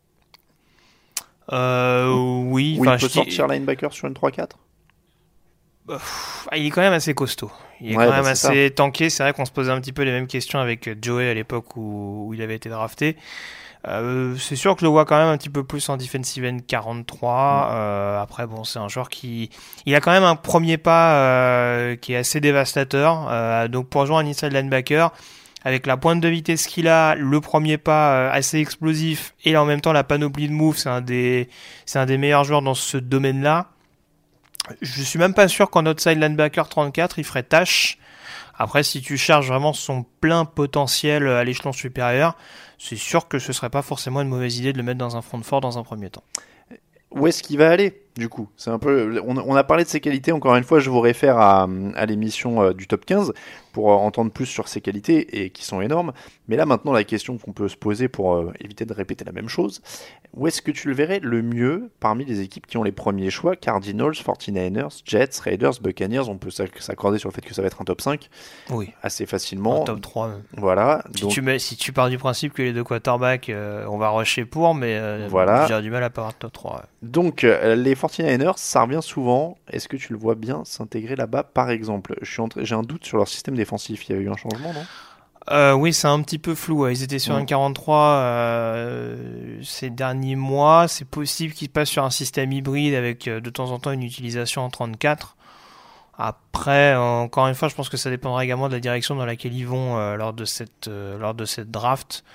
Oui. Il peut sortir linebacker sur une 3-4 ? Il est quand même assez costaud. Il est quand même assez tanké. C'est vrai qu'on se posait un petit peu les mêmes questions avec Joey à l'époque où il avait été drafté. C'est sûr que je le vois quand même un petit peu plus en defensive end 43. Après, bon, c'est un joueur il a quand même un premier pas qui est assez dévastateur. Donc pour jouer un inside linebacker, avec la pointe de vitesse qu'il a, le premier pas assez explosif et en même temps la panoplie de moves, c'est un des meilleurs joueurs dans ce domaine-là. Je suis même pas sûr qu'en outside linebacker 34, il ferait tâche. Après, si tu cherches vraiment son plein potentiel à l'échelon supérieur, c'est sûr que ce serait pas forcément une mauvaise idée de le mettre dans un front fort dans un premier temps. Où est-ce qu'il va aller ? Du coup, c'est un peu. On a parlé de ses qualités. Encore une fois, je vous réfère à l'émission du top 15 pour entendre plus sur ses qualités et qui sont énormes. Mais là, maintenant, la question qu'on peut se poser pour éviter de répéter la même chose, où est-ce que tu le verrais le mieux parmi les équipes qui ont les premiers choix ? Cardinals, 49ers, Jets, Raiders, Buccaneers. On peut s'accorder sur le fait que ça va être un top 5 assez facilement. Un top 3 même. Voilà. Si tu pars du principe que les deux quarterbacks, on va rusher pour, mais voilà. J'ai du mal à pas avoir top 3. Ouais. Donc, les 49ers, ça revient souvent. Est-ce que tu le vois bien s'intégrer là-bas, par exemple ? J'ai un doute sur leur système défensif. Il y a eu un changement, non ? Oui, c'est un petit peu flou. Ils étaient sur une 43 ces derniers mois. C'est possible qu'ils passent sur un système hybride avec de temps en temps une utilisation en 34. Après, encore une fois, je pense que ça dépendra également de la direction dans laquelle ils vont lors de cette draft.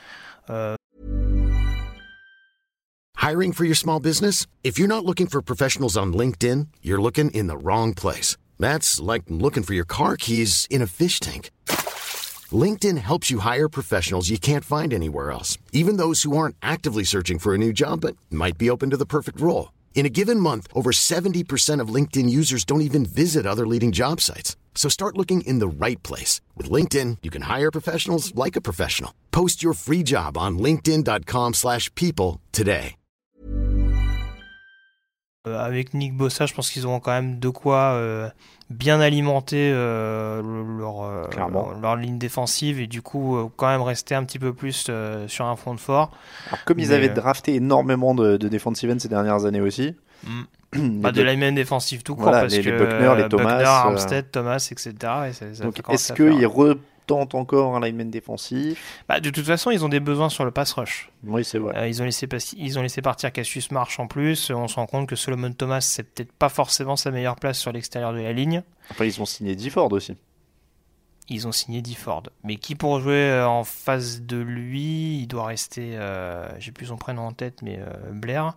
Hiring for your small business? If you're not looking for professionals on LinkedIn, you're looking in the wrong place. That's like looking for your car keys in a fish tank. LinkedIn helps you hire professionals you can't find anywhere else, even those who aren't actively searching for a new job but might be open to the perfect role. In a given month, over 70% of LinkedIn users don't even visit other leading job sites. So start looking in the right place. With LinkedIn, you can hire professionals like a professional. Post your free job on linkedin.com/people today. Avec Nick Bosa, je pense qu'ils auront quand même de quoi bien alimenter leur ligne défensive et du coup quand même rester un petit peu plus sur un front fort. Alors, comme ils avaient drafté énormément de defensive ends ces dernières années aussi. De linemen défensifs tout court, voilà, parce que Buckner, les Thomas, Buckner, Armstead, Thomas, etc. Et ça donc est-ce qu'ils retentent encore un lineman défensif? De toute façon, ils ont des besoins sur le pass rush. Oui, c'est vrai. Ils ont laissé partir Cassius Marsh en plus. On se rend compte que Solomon Thomas, c'est peut-être pas forcément sa meilleure place sur l'extérieur de la ligne. Enfin, ils ont signé DeFord aussi. Ils ont signé DeFord. Mais qui pour jouer en face de lui, il doit rester, j'ai plus son prénom en tête, mais Blair.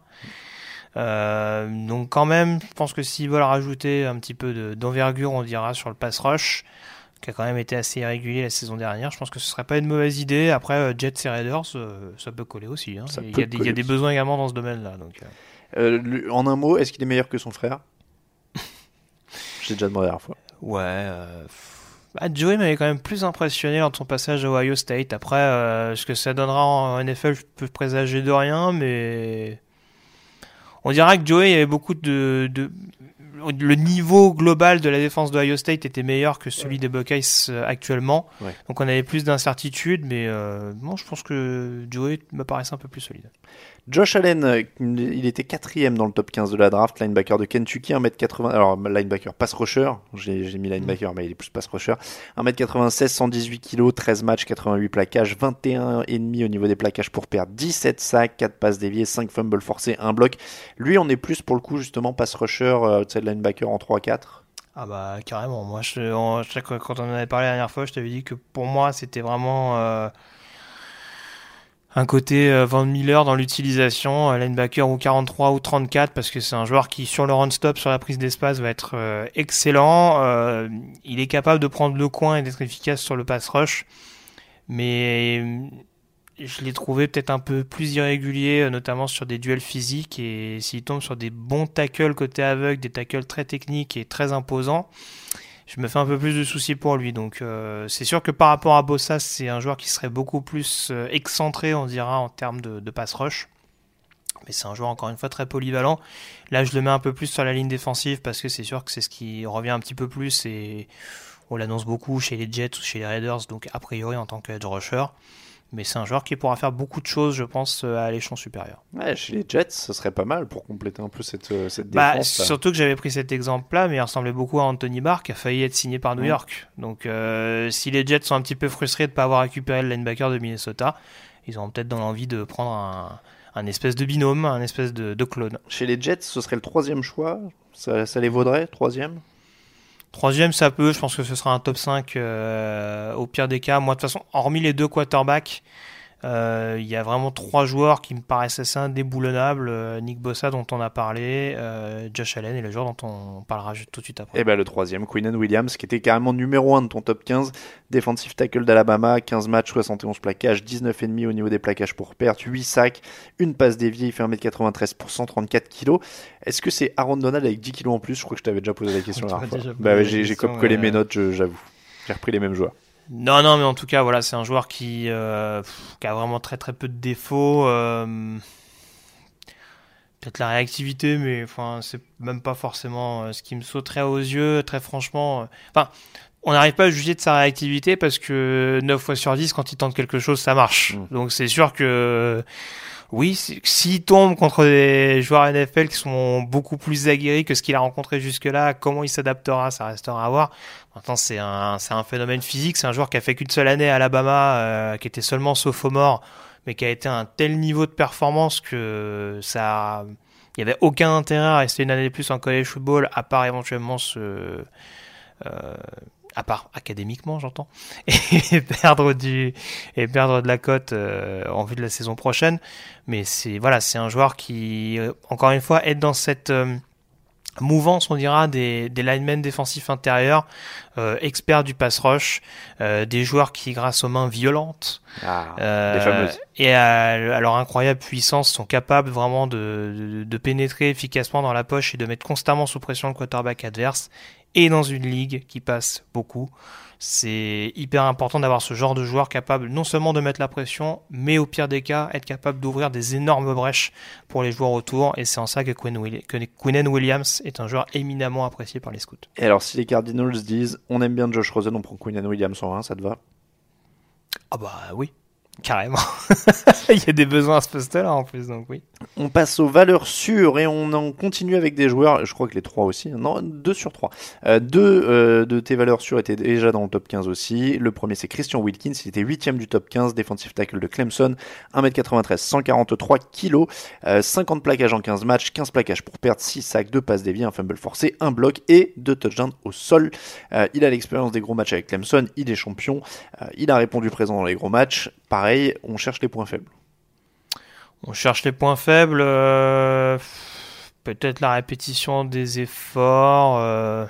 Donc quand même, je pense que s'ils veulent rajouter un petit peu d'envergure, on dira, sur le pass rush, qui a quand même été assez irrégulier la saison dernière, je pense que ce serait pas une mauvaise idée. Après, Jets et Raiders, ça peut coller aussi. Hein. Il y a des besoins également dans ce domaine-là. Donc, en un mot, est-ce qu'il est meilleur que son frère? Je t'ai déjà demandé la dernière fois. Ouais. Joey m'avait quand même plus impressionné lors de son passage à Ohio State. Après, ce que ça donnera en NFL, je peux présager de rien, mais on dira que Joey, il y avait beaucoup le niveau global de la défense d'Ohio State était meilleur que celui des Buckeyes actuellement. Ouais. Donc on avait plus d'incertitudes, mais je pense que Joey me paraissait un peu plus solide. Josh Allen, il était 4e dans le top 15 de la draft, linebacker de Kentucky, 1m80, alors linebacker, pass rusher, j'ai mis linebacker, mais il est plus pass rusher, 1m96, 118 kg, 13 matchs, 88 plaquages, 21,5 au niveau des plaquages pour perdre, 17 sacs, 4 passes déviées, 5 fumbles forcés, 1 bloc. Lui, on est plus pour le coup justement pass rusher, outside linebacker en 3-4. Ah bah carrément, moi quand on en avait parlé la dernière fois, je t'avais dit que pour moi c'était vraiment un côté Van Miller dans l'utilisation, linebacker ou 43 ou 34, parce que c'est un joueur qui sur le run-stop, sur la prise d'espace va être excellent. Il est capable de prendre le coin et d'être efficace sur le pass rush, mais je l'ai trouvé peut-être un peu plus irrégulier, notamment sur des duels physiques, et s'il tombe sur des bons tackles côté aveugle, des tackles très techniques et très imposants, je me fais un peu plus de soucis pour lui. Donc c'est sûr que par rapport à Bosa, c'est un joueur qui serait beaucoup plus excentré, on dira, en termes de pass rush. Mais c'est un joueur encore une fois très polyvalent. Là, je le mets un peu plus sur la ligne défensive parce que c'est sûr que c'est ce qui revient un petit peu plus et on l'annonce beaucoup chez les Jets ou chez les Raiders, donc a priori en tant que edge rusher. Mais c'est un joueur qui pourra faire beaucoup de choses, je pense, à l'échelon supérieur. Ouais, chez les Jets, ce serait pas mal pour compléter un peu cette défense. Surtout que j'avais pris cet exemple-là, mais il ressemblait beaucoup à Anthony Barr, qui a failli être signé par New York. Donc, si les Jets sont un petit peu frustrés de ne pas avoir récupéré le linebacker de Minnesota, ils auront peut-être dans l'envie de prendre un espèce de binôme, un espèce de clone. Chez les Jets, ce serait le 3e choix. Ça les vaudrait, 3e? 3e, ça peut. Je pense que ce sera un top 5 au pire des cas. Moi, de toute façon, hormis les 2 quarterbacks, il y a vraiment 3 joueurs qui me paraissent assez indéboulonnables. Nick Bosa, dont on a parlé, Josh Allen et le joueur dont on parlera tout de suite après. Et le 3e, Quinnen Williams, qui était carrément numéro 1 de ton top 15. Defensive tackle d'Alabama, 15 matchs, 71 plaquages, 19,5 au niveau des plaquages pour perte, 8 sacs, une passe déviée, il fait 1m93 pour 134 kg. Est-ce que c'est Aaron Donald avec 10 kg en plus? Je crois que je t'avais déjà posé la question la dernière fois. J'ai collé mes notes, j'avoue. J'ai repris les mêmes joueurs. Non, mais en tout cas, voilà, c'est un joueur qui a vraiment très très peu de défauts. Peut-être la réactivité, mais c'est même pas forcément ce qui me sauterait aux yeux, très franchement. On n'arrive pas à juger de sa réactivité parce que 9 fois sur 10, quand il tente quelque chose, ça marche. Donc c'est sûr que oui, s'il tombe contre des joueurs NFL qui sont beaucoup plus aguerris que ce qu'il a rencontré jusque-là, comment il s'adaptera, ça restera à voir. Maintenant, c'est un phénomène physique. C'est un joueur qui a fait qu'une seule année à Alabama, qui était seulement sophomore, mais qui a été à un tel niveau de performance que il y avait aucun intérêt à rester une année de plus en college football, à part éventuellement à part académiquement, j'entends, et perdre de la cote en vue de la saison prochaine. Mais c'est un joueur qui, encore une fois, est dans cette mouvance, on dira, des linemen défensifs intérieurs, experts du pass rush, des joueurs qui, grâce aux mains violentes, les fameuses, et à leur incroyable puissance sont capables vraiment de pénétrer efficacement dans la poche et de mettre constamment sous pression le quarterback adverse. Et dans une ligue qui passe beaucoup, c'est hyper important d'avoir ce genre de joueur capable non seulement de mettre la pression, mais au pire des cas, être capable d'ouvrir des énormes brèches pour les joueurs autour. Et c'est en ça que Quinnen Williams est un joueur éminemment apprécié par les scouts. Et alors, si les Cardinals disent on aime bien Josh Rosen, on prend Quinnen Williams en 1, ça te va? Ah bah oui. Carrément. Il y a des besoins à ce poste-là en plus, donc oui. On passe aux valeurs sûres et on en continue avec des joueurs, je crois que les 3 aussi, non, 2 sur 3. Deux de tes valeurs sûres étaient déjà dans le top 15 aussi. Le premier, c'est Christian Wilkins, il était 8ème du top 15, defensive tackle de Clemson, 1m93, 143 kg, 50 plaquages en 15 matchs, 15 plaquages pour perdre, 6 sacs, 2 passes déviées, un fumble forcé, 1 bloc et 2 touchdowns au sol. Il a l'expérience des gros matchs avec Clemson, il est champion, il a répondu présent dans les gros matchs. Pareil, on cherche les points faibles. On cherche les points faibles, peut-être la répétition des efforts.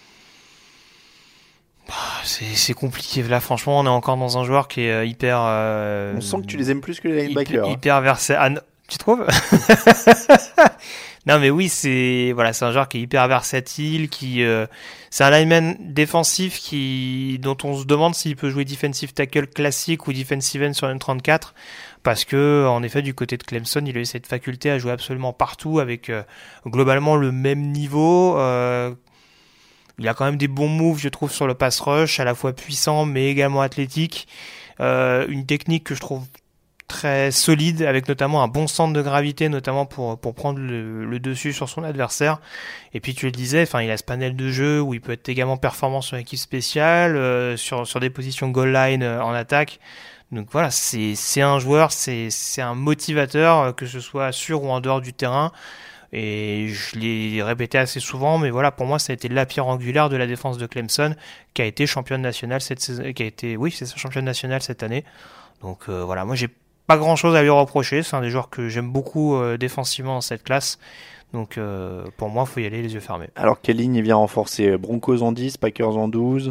C'est compliqué. Là, franchement, on est encore dans un joueur qui est hyper... on sent que tu les aimes plus que les linebackers. Hyper versé. Ah, tu trouves? Non, mais oui, c'est un joueur qui est hyper versatile, c'est un lineman défensif dont on se demande s'il peut jouer defensive tackle classique ou defensive end sur une 34, parce que, en effet, du côté de Clemson, il a eu cette faculté à jouer absolument partout avec, globalement le même niveau. Il a quand même des bons moves, je trouve, sur le pass rush, à la fois puissant, mais également athlétique. Une technique que je trouve très solide, avec notamment un bon centre de gravité, notamment pour prendre le dessus sur son adversaire. Et puis tu le disais, il a ce panel de jeu où il peut être également performant sur l'équipe spéciale, sur des positions goal line en attaque. Donc voilà, c'est un joueur, c'est un motivateur, que ce soit sur ou en dehors du terrain. Et je l'ai répété assez souvent, mais voilà, pour moi, ça a été la pierre angulaire de la défense de Clemson, qui a été championne nationale championne nationale cette année. Donc voilà, moi j'ai pas grand chose à lui reprocher, c'est un des joueurs que j'aime beaucoup défensivement dans cette classe, donc pour moi il faut y aller les yeux fermés. Alors quelle ligne il vient renforcer? Broncos en 10, Packers en 12?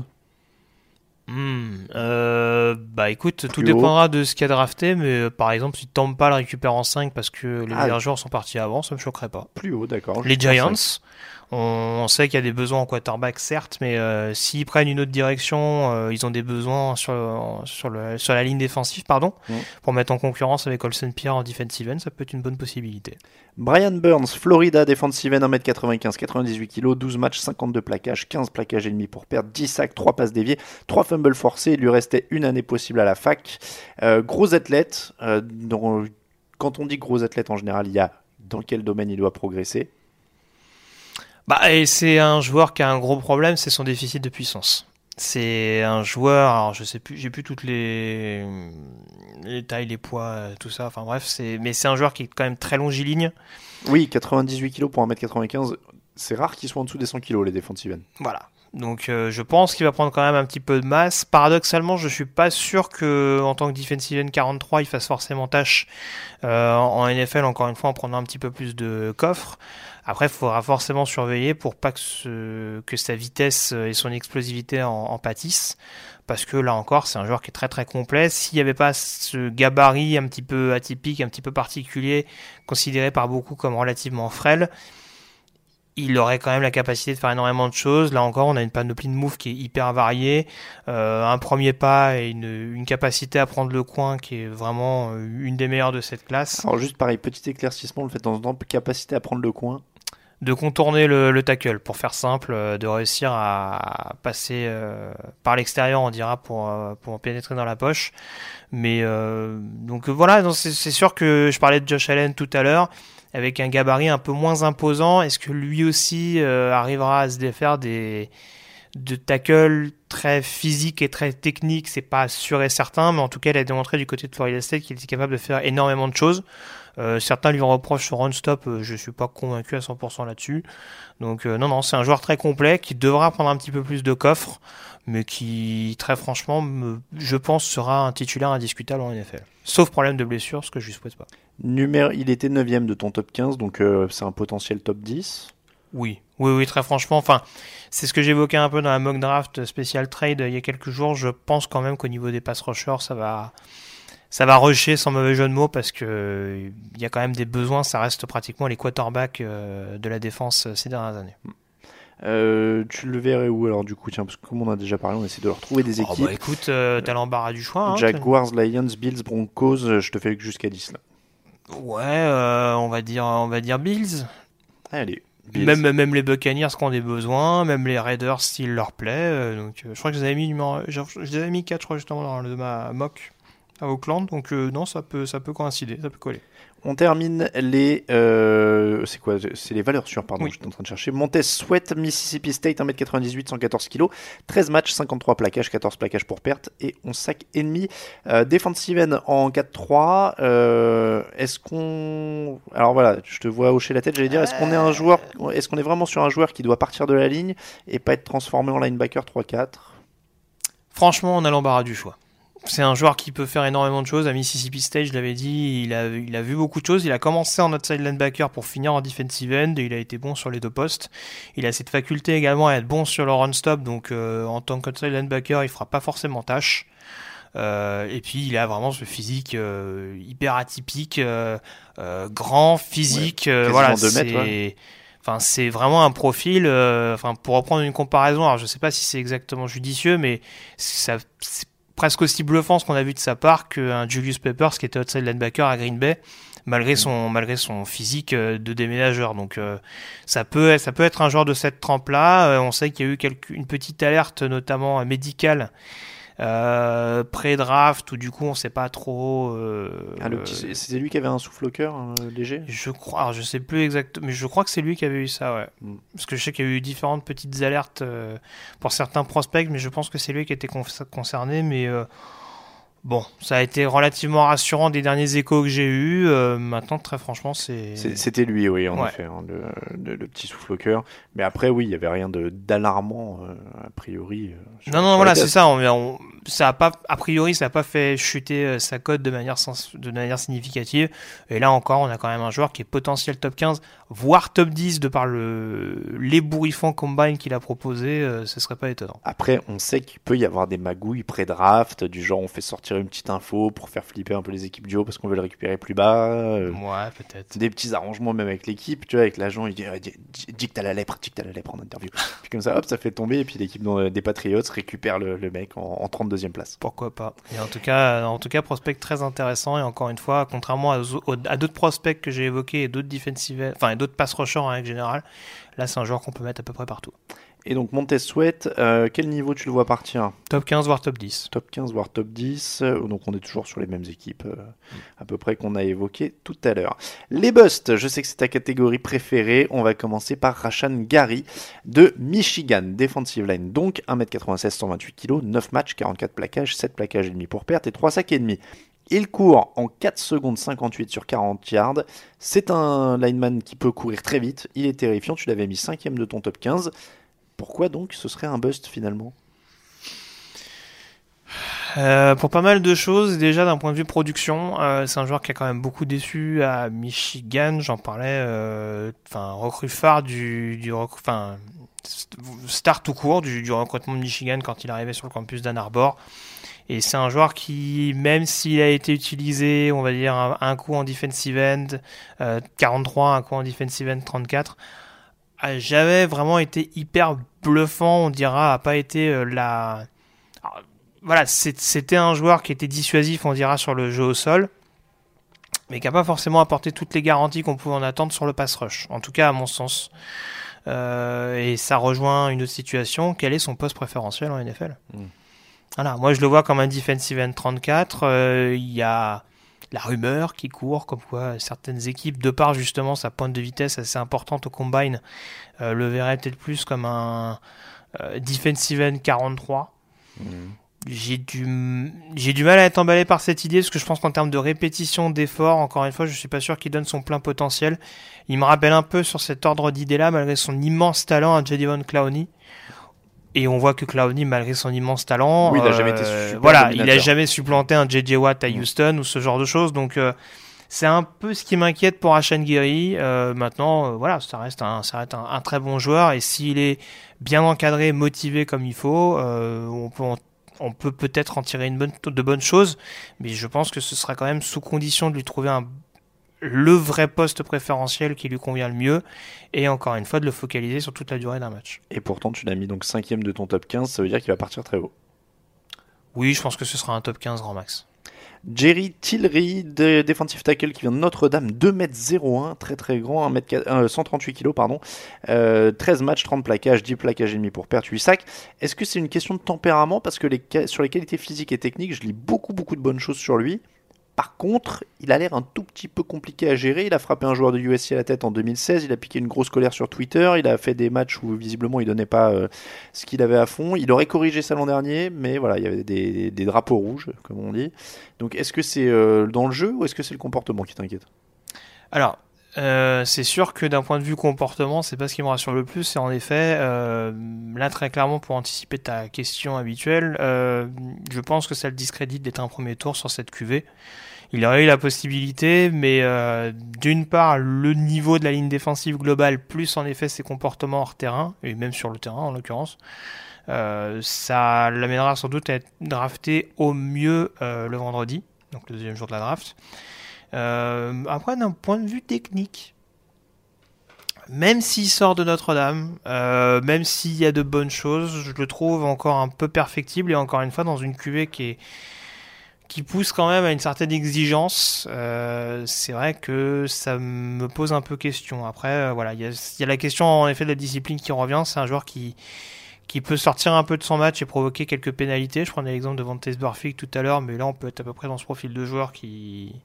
Écoute, tout dépendra de ce qu'il y a drafté, mais par exemple si Tampa le récupère en 5 parce que les meilleurs joueurs sont partis avant, ça me choquerait pas. Plus haut, d'accord. Les Giants, on sait qu'il y a des besoins en quarterback certes, mais s'ils prennent une autre direction, ils ont des besoins sur la ligne défensive, pour mettre en concurrence avec Olsen Pierre en defensive end, ça peut être une bonne possibilité. Brian Burns, Florida, defensive end, 1m95, 98 kg, 12 matchs, 52 plaquages, 15 plaquages et demi pour perdre, 10 sacs, 3 passes déviées, 3 fumbles forcés, il lui restait une année possible à la fac. Gros athlète, quand on dit gros athlète en général, il y a dans quel domaine il doit progresser? Et c'est un joueur qui a un gros problème, c'est son déficit de puissance. C'est un joueur, alors je sais plus, j'ai plus toutes les tailles, les poids, tout ça, enfin bref, mais c'est un joueur qui est quand même très longiligne. Oui, 98 kg pour 1m95, c'est rare qu'il soit en dessous des 100 kg les defensive ends. Voilà. Donc je pense qu'il va prendre quand même un petit peu de masse. Paradoxalement, je suis pas sûr que en tant que defensive end 43, il fasse forcément tâche en NFL, encore une fois, en prenant un petit peu plus de coffre. Après, il faudra forcément surveiller pour pas que sa vitesse et son explosivité en pâtissent. Parce que là encore, c'est un joueur qui est très très complet. S'il n'y avait pas ce gabarit un petit peu atypique, un petit peu particulier, considéré par beaucoup comme relativement frêle, il aurait quand même la capacité de faire énormément de choses. Là encore, on a une panoplie de moves qui est hyper variée. Un premier pas et une capacité à prendre le coin qui est vraiment une des meilleures de cette classe. Alors juste pareil, petit éclaircissement, le fait dans capacité à prendre le coin. De contourner le tackle, pour faire simple, de réussir à passer par l'extérieur, on dira, pour pénétrer dans la poche. Mais donc voilà, c'est sûr que je parlais de Josh Allen tout à l'heure, avec un gabarit un peu moins imposant. Est-ce que lui aussi arrivera à se défaire de tackles très physiques et très techniques? C'est pas sûr et certain, mais en tout cas, il a démontré du côté de Florida State qu'il était capable de faire énormément de choses. Certains lui reprochent son run-stop, je suis pas convaincu à 100% là-dessus. Donc non, c'est un joueur très complet qui devra prendre un petit peu plus de coffre, mais qui, très franchement, je pense, sera un titulaire indiscutable en NFL. Sauf problème de blessure, ce que je lui souhaite pas. Il était 9ème de ton top 15, donc c'est un potentiel top 10. Oui, très franchement. Enfin, c'est ce que j'évoquais un peu dans la mock draft spécial trade il y a quelques jours. Je pense quand même qu'au niveau des pass rushers, ça va ça va rusher sans mauvais jeu de mots parce que il y a quand même des besoins. Ça reste pratiquement les quarterbacks de la défense ces dernières années. Tu le verrais où alors du coup, tiens, parce que comme on a déjà parlé, on essaie de leur trouver des équipes. Écoute, t'as l'embarras du choix. Hein, Jaguars, Lions, Bills, Broncos, je te fais jusqu'à 10 là. Ouais, on va dire Bills. Allez. Bills. Même les Buccaneers qui ont des besoins, même les Raiders s'il leur plaît. Donc je crois que je les avais mis 4 je crois justement dans ma mock à Auckland. Donc non, ça peut coïncider, ça peut coller. On termine les... c'est quoi ? C'est les valeurs sûres, pardon, j'étais en train de chercher. Montez Sweat, Mississippi State, 1m98, 114 kg, 13 matchs, 53 plaquages, 14 plaquages pour perte et 11 sacs ennemis. Defensive end en 4-3. Est-ce qu'on... Alors voilà, je te vois hocher la tête, j'allais dire, est-ce qu'on est vraiment sur un joueur qui doit partir de la ligne et pas être transformé en linebacker 3-4 ? Franchement, on a l'embarras du choix. C'est un joueur qui peut faire énormément de choses. À Mississippi State, je l'avais dit, il a vu beaucoup de choses. Il a commencé en outside linebacker pour finir en defensive end et il a été bon sur les deux postes. Il a cette faculté également à être bon sur le run stop, donc en tant qu'outside linebacker, il fera pas forcément tâche. Et puis il a vraiment ce physique hyper atypique, grand, physique. Voilà, 2 mètres, ouais. Enfin, c'est vraiment un profil. Pour reprendre une comparaison, alors je sais pas si c'est exactement judicieux, mais c'est presque aussi bluffant ce qu'on a vu de sa part qu'un Julius Peppers qui était outside linebacker à Green Bay, malgré son physique de déménageur. Donc ça peut être un joueur de cette trempe-là. On sait qu'il y a eu une petite alerte, notamment médicale, pré-draft, où du coup on sait pas trop. C'était lui qui avait un souffle au cœur léger. Je crois, alors je sais plus exactement, mais je crois que c'est lui qui avait eu ça, ouais. Parce que je sais qu'il y a eu différentes petites alertes pour certains prospects, mais je pense que c'est lui qui était concerné. Mais bon, ça a été relativement rassurant des derniers échos que j'ai eus. Maintenant, très franchement, c'était lui, oui, en effet, hein, le petit souffle au cœur. Mais après, oui, il y avait rien d'alarmant a priori. Voilà, c'est ça. Ça a pas, a priori, ça n'a pas fait chuter sa cote de manière significative. Et là encore, on a quand même un joueur qui est potentiel top 15, voire top 10 de par l'ébouriffant combine qu'il a proposé. Ce serait pas étonnant. Après, on sait qu'il peut y avoir des magouilles pré-draft, du genre on fait sortir une petite info pour faire flipper un peu les équipes du haut parce qu'on veut le récupérer plus bas. Ouais, peut-être. Des petits arrangements même avec l'équipe, tu vois, avec l'agent, il dit dis que t'as la lèpre en interview. Puis comme ça, hop, ça fait tomber et puis l'équipe des Patriots récupère le mec en 32e place. Pourquoi pas. Et en tout cas, prospect très intéressant. Et encore une fois, contrairement à d'autres prospects que j'ai évoqués et d'autres defensive, et d'autres pass rushers en règle générale, là c'est un joueur qu'on peut mettre à peu près partout. Et donc Montez Sweat, quel niveau tu le vois partir ? Top 15 voire top 10. Top 15 voire top 10, donc on est toujours sur les mêmes équipes à peu près qu'on a évoquées tout à l'heure. Les busts, je sais que c'est ta catégorie préférée, on va commencer par Rashan Gary de Michigan, defensive line, donc 1m96, 128 kg, 9 matchs, 44 plaquages, 7 plaquages et demi pour perte et 3 sacs et demi. Il court en 4 secondes 58 sur 40 yards, c'est un lineman qui peut courir très vite, il est terrifiant, tu l'avais mis 5e de ton top 15. Pourquoi donc ce serait un bust finalement ? Pour pas mal de choses. Déjà d'un point de vue production, c'est un joueur qui a quand même beaucoup déçu à Michigan. J'en parlais, recrue phare star tout court du recrutement de Michigan quand il arrivait sur le campus d'Ann Arbor. Et c'est un joueur qui, même s'il a été utilisé, on va dire un coup en defensive end 43, un coup en defensive end 34, a jamais vraiment été hyper bluffant, on dira, a pas été voilà, c'était un joueur qui était dissuasif, on dira, sur le jeu au sol, mais qui n'a pas forcément apporté toutes les garanties qu'on pouvait en attendre sur le pass rush, en tout cas à mon sens. Et ça rejoint une autre situation, quel est son poste préférentiel en NFL ? Voilà, moi je le vois comme un defensive end 34, il y a la rumeur qui court, comme quoi certaines équipes, de par justement sa pointe de vitesse assez importante au combine, le verraient peut-être plus comme un defensive end 43. J'ai du mal à être emballé par cette idée, parce que je pense qu'en termes de répétition d'efforts, encore une fois, je suis pas sûr qu'il donne son plein potentiel. Il me rappelle un peu sur cet ordre d'idée-là, malgré son immense talent, à Jadeveon Clowney. Et on voit que Clowney, malgré son immense talent, il n'a jamais été il a jamais supplanté un J.J. Watt à Houston ou ce genre de choses. Donc c'est un peu ce qui m'inquiète pour Rashan Gary. Maintenant, ça reste un très bon joueur, et s'il est bien encadré, motivé comme il faut, on on peut peut-être en tirer de bonnes choses, mais je pense que ce sera quand même sous condition de lui trouver le vrai poste préférentiel qui lui convient le mieux, et encore une fois de le focaliser sur toute la durée d'un match. Et pourtant tu l'as mis donc 5e de ton top 15, ça veut dire qu'il va partir très haut. Oui, je pense que ce sera un top 15 grand max. Jerry Tillery, defensive tackle qui vient de Notre-Dame, 2m01, très très grand, 138 kg, pardon. 13 matchs, 30 plaquages, 10 plaquages et demi pour perdre 8 sacs. Est-ce que c'est une question de tempérament? Parce que sur les qualités physiques et techniques, je lis beaucoup de bonnes choses sur lui. Par contre, il a l'air un tout petit peu compliqué à gérer. Il a frappé un joueur de USC à la tête en 2016. Il a piqué une grosse colère sur Twitter. Il a fait des matchs où visiblement il donnait pas ce qu'il avait à fond. Il aurait corrigé ça l'an dernier, mais voilà, il y avait des drapeaux rouges, comme on dit. Donc, est-ce que c'est dans le jeu ou est-ce que c'est le comportement qui t'inquiète? Alors, c'est sûr que d'un point de vue comportement, c'est pas ce qui me rassure le plus. Et en effet, là très clairement, pour anticiper ta question habituelle, je pense que ça le discrédite d'être un premier tour sur cette QV. Il aurait eu la possibilité, mais d'une part, le niveau de la ligne défensive globale, plus en effet ses comportements hors terrain, et même sur le terrain en l'occurrence, ça l'amènera sans doute à être drafté au mieux le vendredi, donc le deuxième jour de la draft. Après, d'un point de vue technique, même s'il sort de Notre-Dame, même s'il y a de bonnes choses, je le trouve encore un peu perfectible, et encore une fois dans une QV qui pousse quand même à une certaine exigence. C'est vrai que ça me pose un peu question. Après, voilà, il y a la question en effet de la discipline qui revient. C'est un joueur qui peut sortir un peu de son match et provoquer quelques pénalités. Je prenais l'exemple de Vontaze Burfict tout à l'heure, mais là on peut être à peu près dans ce profil de joueur qui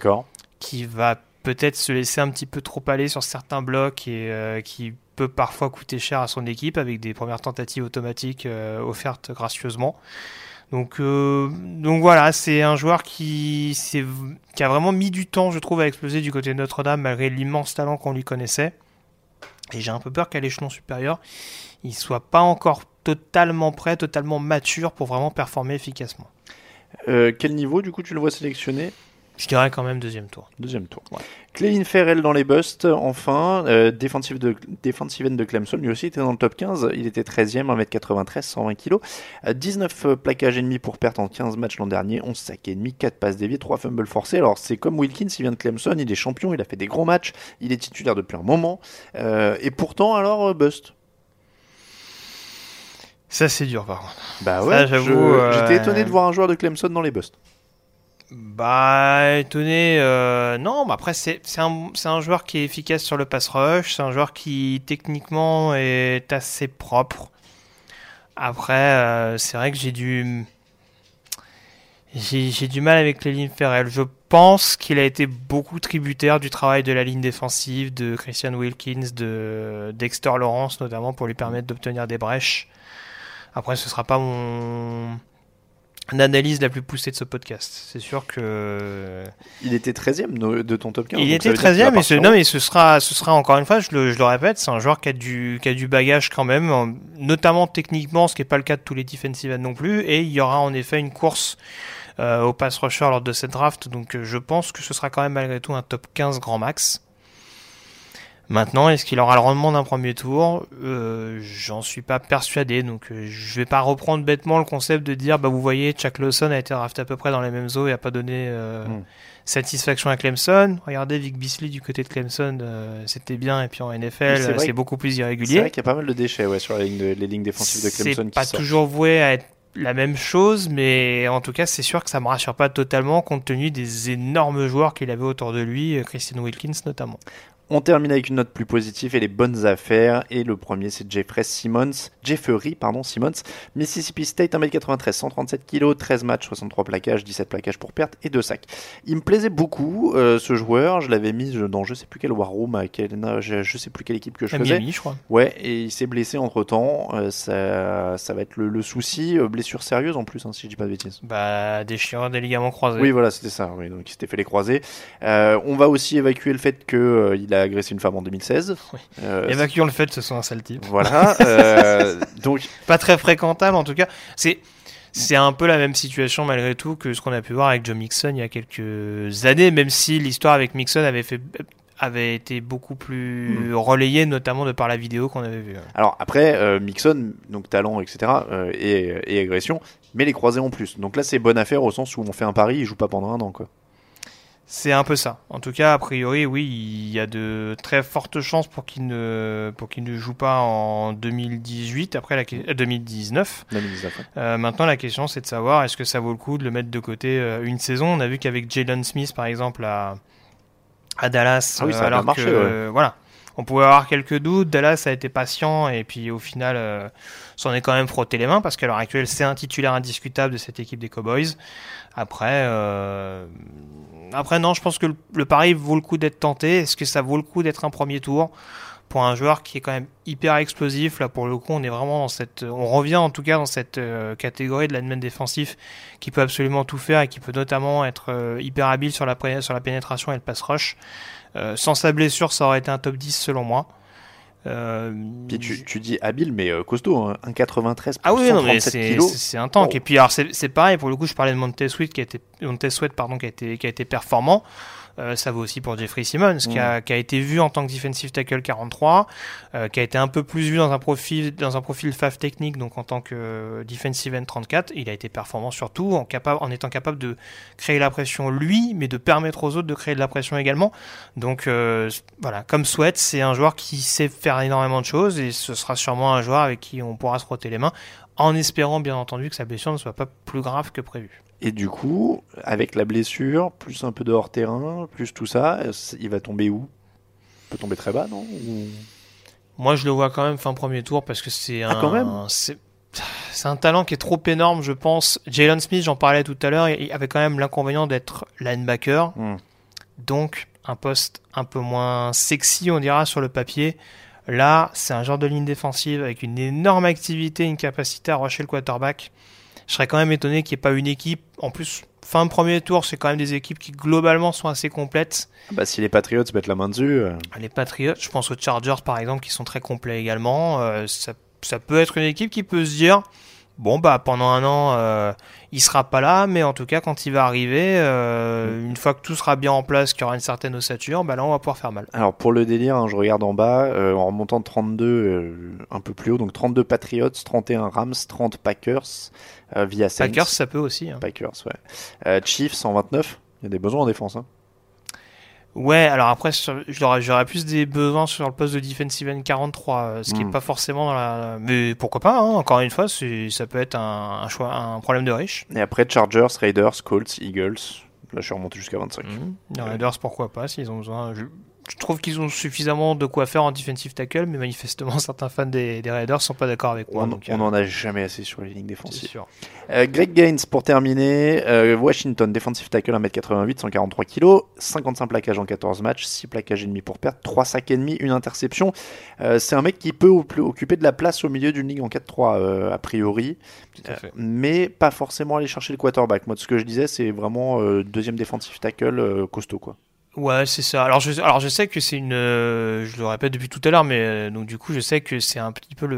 va peut-être se laisser un petit peu trop aller sur certains blocs et qui peut parfois coûter cher à son équipe avec des premières tentatives automatiques offertes gracieusement. Donc voilà, c'est un joueur qui a vraiment mis du temps, je trouve, à exploser du côté de Notre-Dame malgré l'immense talent qu'on lui connaissait. Et j'ai un peu peur qu'à l'échelon supérieur, il soit pas encore totalement prêt, totalement mature pour vraiment performer efficacement. Quel niveau, du coup, tu le vois sélectionner? Je dirais quand même deuxième tour. Ouais. Clelin Ferrell dans les busts, enfin. Defensive end de Clemson, lui aussi était dans le top 15. Il était 13e, 1m93, 120 kg. 19 plaquages et demi pour perte en 15 matchs l'an dernier, 11 sacs et demi, 4 passes déviées, 3 fumbles forcés. Alors c'est comme Wilkins, il vient de Clemson, il est champion, il a fait des gros matchs, il est titulaire depuis un moment. Et pourtant, alors, bust. Ça c'est dur par contre. Bah ouais, ça, j'avoue, j'étais étonné de voir un joueur de Clemson dans les busts. Bah étonné, non, mais après c'est un joueur qui est efficace sur le pass rush, c'est un joueur qui techniquement est assez propre. Après c'est vrai que j'ai du mal avec Clelin Ferrell. Je pense qu'il a été beaucoup tributaire du travail de la ligne défensive, de Christian Wilkins, de Dexter Lawrence notamment, pour lui permettre d'obtenir des brèches. Après ce sera pas mon analyse la plus poussée de ce podcast. C'est sûr que... Il était 13e de ton top 15. Il était 13e, mais ce sera encore une fois, je le répète, c'est un joueur qui a du bagage quand même, notamment techniquement, ce qui n'est pas le cas de tous les defensive ends non plus, et il y aura en effet une course au pass rusher lors de cette draft, donc je pense que ce sera quand même malgré tout un top 15 grand max. Maintenant, est-ce qu'il aura le rendement d'un premier tour? J'en suis pas persuadé, donc je vais pas reprendre bêtement le concept de dire bah vous voyez, Chuck Lawson a été drafté à peu près dans les mêmes eaux et a pas donné satisfaction à Clemson. Regardez Vic Beasley du côté de Clemson, c'était bien, et puis en NFL c'est beaucoup plus irrégulier. C'est vrai qu'il y a pas mal de déchets sur les lignes défensives de Clemson. C'est pas toujours voué à être la même chose, mais en tout cas c'est sûr que ça me rassure pas totalement compte tenu des énormes joueurs qu'il avait autour de lui, Christian Wilkins notamment. On termine avec une note plus positive et les bonnes affaires. Et le premier, c'est Jeffrey Simmons. Mississippi State, 1m93, 137 kg, 13 matchs, 63 plaquages, 17 plaquages pour perte et 2 sacs. Il me plaisait beaucoup, ce joueur. Je l'avais mis dans je sais plus quel War Room, je sais plus quelle équipe que je faisais. Miami, je crois. Ouais, et il s'est blessé entre-temps. Ça va être le souci. Blessure sérieuse en plus, si je dis pas de bêtises. Bah, déchirure des ligaments croisés. Oui, voilà, c'était ça. Oui, donc il s'était fait les croisés. On va aussi évacuer le fait qu'il a agressé une femme en 2016. Oui. Évacuons le fait que ce soit un sale type. Voilà. Donc pas très fréquentable en tout cas. C'est un peu la même situation malgré tout que ce qu'on a pu voir avec Joe Mixon il y a quelques années, même si l'histoire avec Mixon avait fait avait été beaucoup plus relayé, notamment de par la vidéo qu'on avait vue. Alors après, Mixon, donc talent, etc., et agression, mais les croisés en plus. Donc là, c'est bonne affaire au sens où on fait un pari, il joue pas pendant un an, quoi. C'est un peu ça. En tout cas, a priori, oui, il y a de très fortes chances pour qu'il ne joue pas en 2018, 2019. 2019, ouais. Maintenant, la question, c'est de savoir est-ce que ça vaut le coup de le mettre de côté une saison. On a vu qu'avec Jalen Smith, par exemple, à Dallas, ça a alors marché, que voilà, on pouvait avoir quelques doutes. Dallas a été patient et puis au final, s'en est quand même frotté les mains parce qu'à l'heure actuelle, c'est un titulaire indiscutable de cette équipe des Cowboys. Après, non, je pense que le pari vaut le coup d'être tenté. Est-ce que ça vaut le coup d'être un premier tour pour un joueur qui est quand même hyper explosif? Là, pour le coup, on est vraiment on revient en tout cas dans cette catégorie de lineman défensif qui peut absolument tout faire et qui peut notamment être hyper habile sur la pénétration et le pass rush. Sans sa blessure, ça aurait été un top 10 selon moi. Puis tu dis habile, mais costaud, hein, 1,93 pour 137 kilos. C'est un tank. Oh. Et puis alors c'est pareil, pour le coup, je parlais de Montez Sweat qui a été performant. Ça vaut aussi pour Jeffrey Simmons, qui a été vu en tant que defensive tackle 43, qui a été un peu plus vu dans un profil FAF technique, donc en tant que defensive end 34. Il a été performant surtout en étant capable de créer la pression lui, mais de permettre aux autres de créer de la pression également. Donc voilà, comme Sweat, c'est un joueur qui sait faire énormément de choses et ce sera sûrement un joueur avec qui on pourra se frotter les mains, en espérant bien entendu que sa blessure ne soit pas plus grave que prévu. Et du coup, avec la blessure, plus un peu de hors-terrain, plus tout ça, il va tomber où ? Il peut tomber très bas, non ? Moi, je le vois quand même fin premier tour parce que c'est un talent qui est trop énorme, je pense. Jalen Smith, j'en parlais tout à l'heure, il avait quand même l'inconvénient d'être linebacker. Donc, un poste un peu moins sexy, on dira, sur le papier. Là, c'est un genre de ligne défensive avec une énorme activité, une capacité à rusher le quarterback. Je serais quand même étonné qu'il n'y ait pas une équipe. En plus, fin de premier tour, c'est quand même des équipes qui globalement sont assez complètes. Bah, si les Patriots mettent la main dessus. Les Patriots, je pense aux Chargers par exemple, qui sont très complets également. Ça peut être une équipe qui peut se dire bon, bah pendant un an, il sera pas là, mais en tout cas, quand il va arriver, une fois que tout sera bien en place, qu'il y aura une certaine ossature, bah là, on va pouvoir faire mal. Alors, pour le délire, hein, je regarde en bas, en remontant de 32, un peu plus haut, donc 32 Patriots, 31 Rams, 30 Packers, via Saints. Packers, ça peut aussi. Hein. Packers, ouais. Chiefs, 129. Il y a des besoins en défense, hein. Ouais, alors après, j'aurais plus des besoins sur le poste de defensive end 43, ce qui est pas forcément dans la... Mais pourquoi pas, hein, encore une fois, ça peut être un choix, un problème de riche. Et après, Chargers, Raiders, Colts, Eagles. Là, je suis remonté jusqu'à 25. Les Raiders, pourquoi pas, s'ils ont besoin... Je trouve qu'ils ont suffisamment de quoi faire en defensive tackle, mais manifestement, certains fans des Raiders sont pas d'accord avec moi. On n'en a jamais assez sur les lignes défensives. C'est sûr. Greg Gaines, pour terminer. Washington, defensive tackle, 1m88, 143 kg, 55 plaquages en 14 matchs, 6 plaquages et demi pour perdre, 3 sacs et demi, une interception. C'est un mec qui peut occuper de la place au milieu d'une ligue en 4-3, a priori. Tout à fait. Mais pas forcément aller chercher le quarterback. Moi, ce que je disais, c'est vraiment deuxième defensive tackle costaud, quoi. Ouais, c'est ça. Alors je sais que c'est je le répète depuis tout à l'heure, mais donc du coup je sais que c'est un petit peu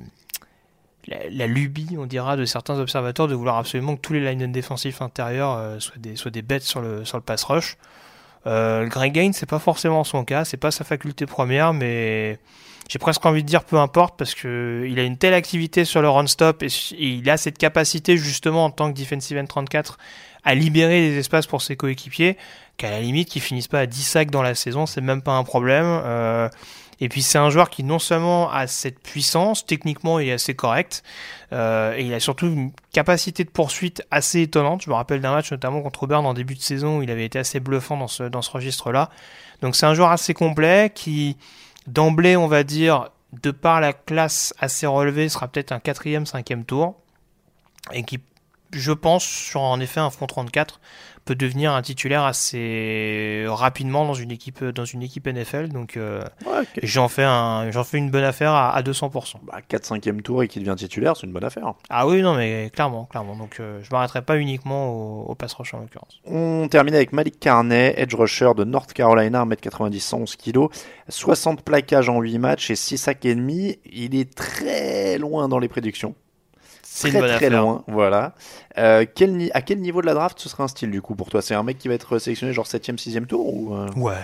la lubie, on dira, de certains observateurs de vouloir absolument que tous les linemen défensifs intérieurs soient des bêtes sur le pass rush. Greg Gaines, c'est pas forcément son cas, c'est pas sa faculté première, mais j'ai presque envie de dire peu importe parce que il a une telle activité sur le run stop et il a cette capacité justement en tant que defensive end 34 à libérer des espaces pour ses coéquipiers qu'à la limite qu'ils finissent pas à 10 sacs dans la saison, c'est même pas un problème. Et puis c'est un joueur qui non seulement a cette puissance, techniquement il est assez correct, et il a surtout une capacité de poursuite assez étonnante. Je me rappelle d'un match notamment contre Auburn en début de saison où il avait été assez bluffant dans ce registre-là. Donc c'est un joueur assez complet qui, d'emblée on va dire, de par la classe assez relevée, sera peut-être un 4e, 5e tour, et qui, je pense, sur en effet un front 34, peut devenir un titulaire assez rapidement dans une équipe NFL. Donc okay. J'en fais une bonne affaire à 200%. 4-5e tour et qui devient titulaire, c'est une bonne affaire. Ah oui, non mais clairement. Donc je m'arrêterai pas uniquement au pass rush en l'occurrence. On termine avec Malik Carney, edge rusher de North Carolina, 1m90, 111 kg, 60 plaquages en 8 matchs et 6 sacs et demi. Il est très loin dans les prédictions. C'est très loin, voilà. À quel niveau de la draft ce serait un style du coup pour toi ? C'est un mec qui va être sélectionné genre 7e, 6e tour ou Ouais,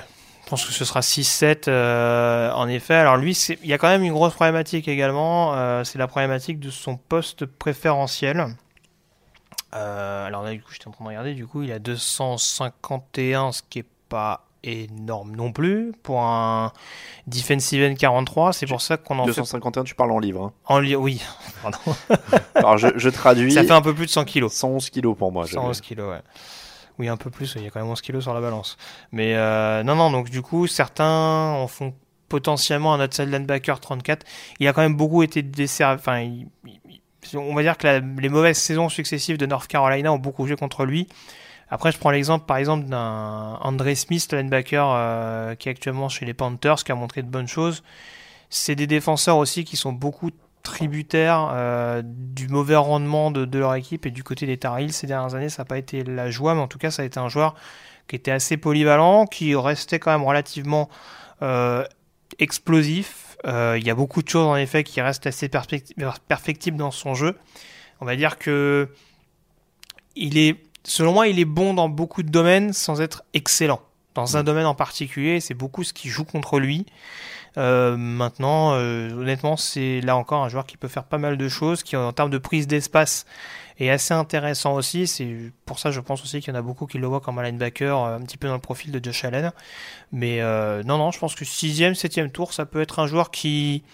Je pense que ce sera 6-7 en effet. Alors lui, il y a quand même une grosse problématique également. C'est la problématique de son poste préférentiel. Alors là, du coup, j'étais en train de regarder. Du coup, il a 251, ce qui est pas énorme non plus pour un defensive end 43. C'est pour ça qu'on en 251, tu parles en livres. Hein. En oui. Pardon. Alors je traduis. Ça fait un peu plus de 100 kilos. 111 kilos pour moi. 111 kilos, ouais. Oui, un peu plus, il y a quand même 11 kilos sur la balance. Mais non, donc du coup, certains en font potentiellement un outside linebacker 34. Il a quand même beaucoup été desservi. Enfin, on va dire que les mauvaises saisons successives de North Carolina ont beaucoup joué contre lui. Après, je prends l'exemple, par exemple, d'un Andre Smith, le linebacker qui est actuellement chez les Panthers, qui a montré de bonnes choses. C'est des défenseurs aussi qui sont beaucoup tributaires du mauvais rendement de leur équipe, et du côté des Tar Heels ces dernières années ça n'a pas été la joie, mais en tout cas ça a été un joueur qui était assez polyvalent, qui restait quand même relativement explosif. Il y a beaucoup de choses en effet qui restent assez perfectibles dans son jeu. On va dire que selon moi il est bon dans beaucoup de domaines sans être excellent dans un domaine en particulier. C'est beaucoup ce qui joue contre lui. Maintenant, honnêtement, c'est là encore un joueur qui peut faire pas mal de choses, qui en termes de prise d'espace est assez intéressant aussi. C'est pour ça, je pense aussi qu'il y en a beaucoup qui le voient comme un linebacker, un petit peu dans le profil de Josh Allen. Mais non, je pense que 6e, 7e tour, ça peut être un joueur qui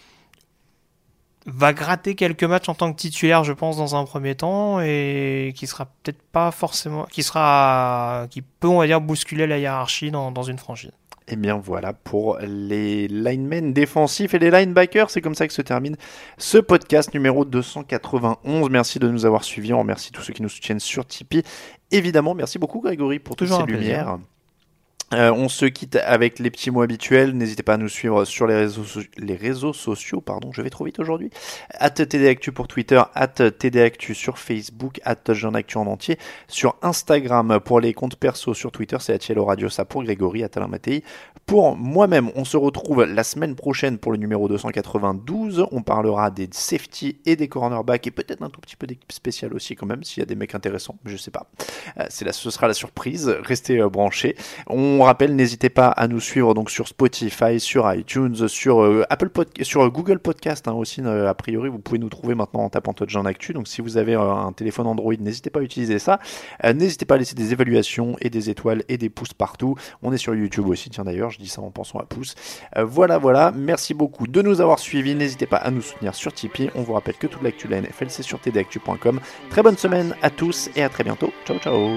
va gratter quelques matchs en tant que titulaire, je pense, dans un premier temps, et qui sera peut-être pas forcément, qui peut, on va dire, bousculer la hiérarchie dans une franchise. Et bien voilà pour les linemen défensifs et les linebackers. C'est comme ça que se termine ce podcast numéro 291. Merci de nous avoir suivis. On remercie tous ceux qui nous soutiennent sur Tipeee. Évidemment, merci beaucoup Grégory pour toutes ces lumières. On se quitte avec les petits mots habituels. N'hésitez pas à nous suivre sur les réseaux sociaux. Je vais trop vite aujourd'hui. @TDActu pour Twitter, @TDActu sur Facebook, @JeanActu en entier sur Instagram. Pour les comptes perso sur Twitter, c'est @Cielo Radio, ça pour Grégory, @Alain Mattei. Pour moi-même, on se retrouve la semaine prochaine pour le numéro 292. On parlera des safety et des cornerbacks et peut-être un tout petit peu d'équipe spéciale aussi quand même, s'il y a des mecs intéressants, je sais pas. Ce sera la surprise. Restez branchés. On rappelle, n'hésitez pas à nous suivre donc sur Spotify, sur iTunes, sur sur Google Podcast aussi. A priori, vous pouvez nous trouver maintenant en tapant Touchdown Actu. Donc, si vous avez un téléphone Android, n'hésitez pas à utiliser ça. N'hésitez pas à laisser des évaluations et des étoiles et des pouces partout. On est sur YouTube aussi. Tiens, d'ailleurs, je dis ça en pensant à pouces. Voilà. Merci beaucoup de nous avoir suivis. N'hésitez pas à nous soutenir sur Tipeee. On vous rappelle que toute l'actu de la NFL, c'est sur tdactu.com. Très bonne semaine à tous et à très bientôt. Ciao, ciao.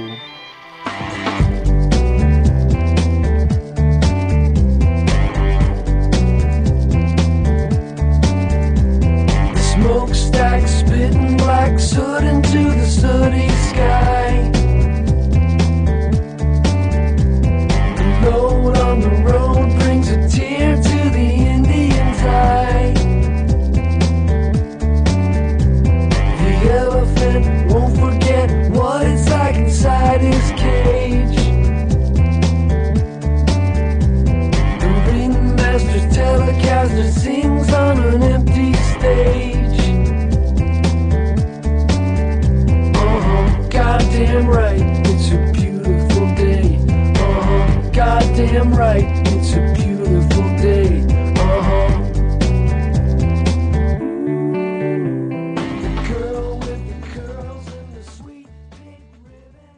Smokestack spitting black soot into the sooty sky. The load on the road brings a tear to the Indian's eye. The elephant won't forget what it's like inside his cage. The ringmaster's Telecaster sings on an empty stage. Goddamn right, it's a beautiful day. Goddamn right, it's a beautiful day. The girl with the curls and the sweet pink ribbon.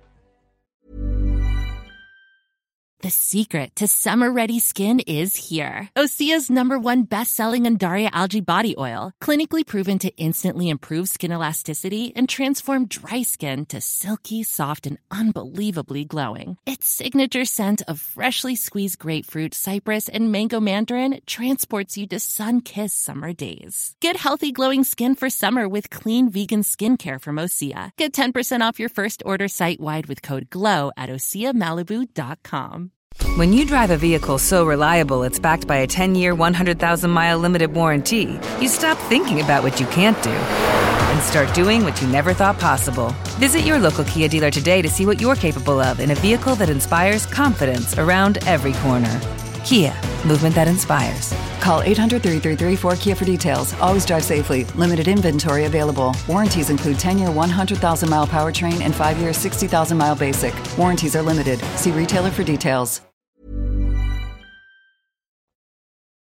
The secret to summer-ready skin is here. Osea's #1 best-selling Undaria Algae Body Oil, clinically proven to instantly improve skin elasticity and transform dry skin to silky, soft, and unbelievably glowing. Its signature scent of freshly squeezed grapefruit, cypress, and mango mandarin transports you to sun-kissed summer days. Get healthy, glowing skin for summer with clean, vegan skincare from Osea. Get 10% off your first order site-wide with code GLOW at OseaMalibu.com. When you drive a vehicle so reliable it's backed by a 10-year, 100,000-mile limited warranty, you stop thinking about what you can't do and start doing what you never thought possible. Visit your local Kia dealer today to see what you're capable of in a vehicle that inspires confidence around every corner. Kia, movement that inspires. Call 800-333-4KIA for details. Always drive safely. Limited inventory available. Warranties include 10-year 100,000-mile powertrain and 5-year 60,000-mile basic. Warranties are limited. See retailer for details.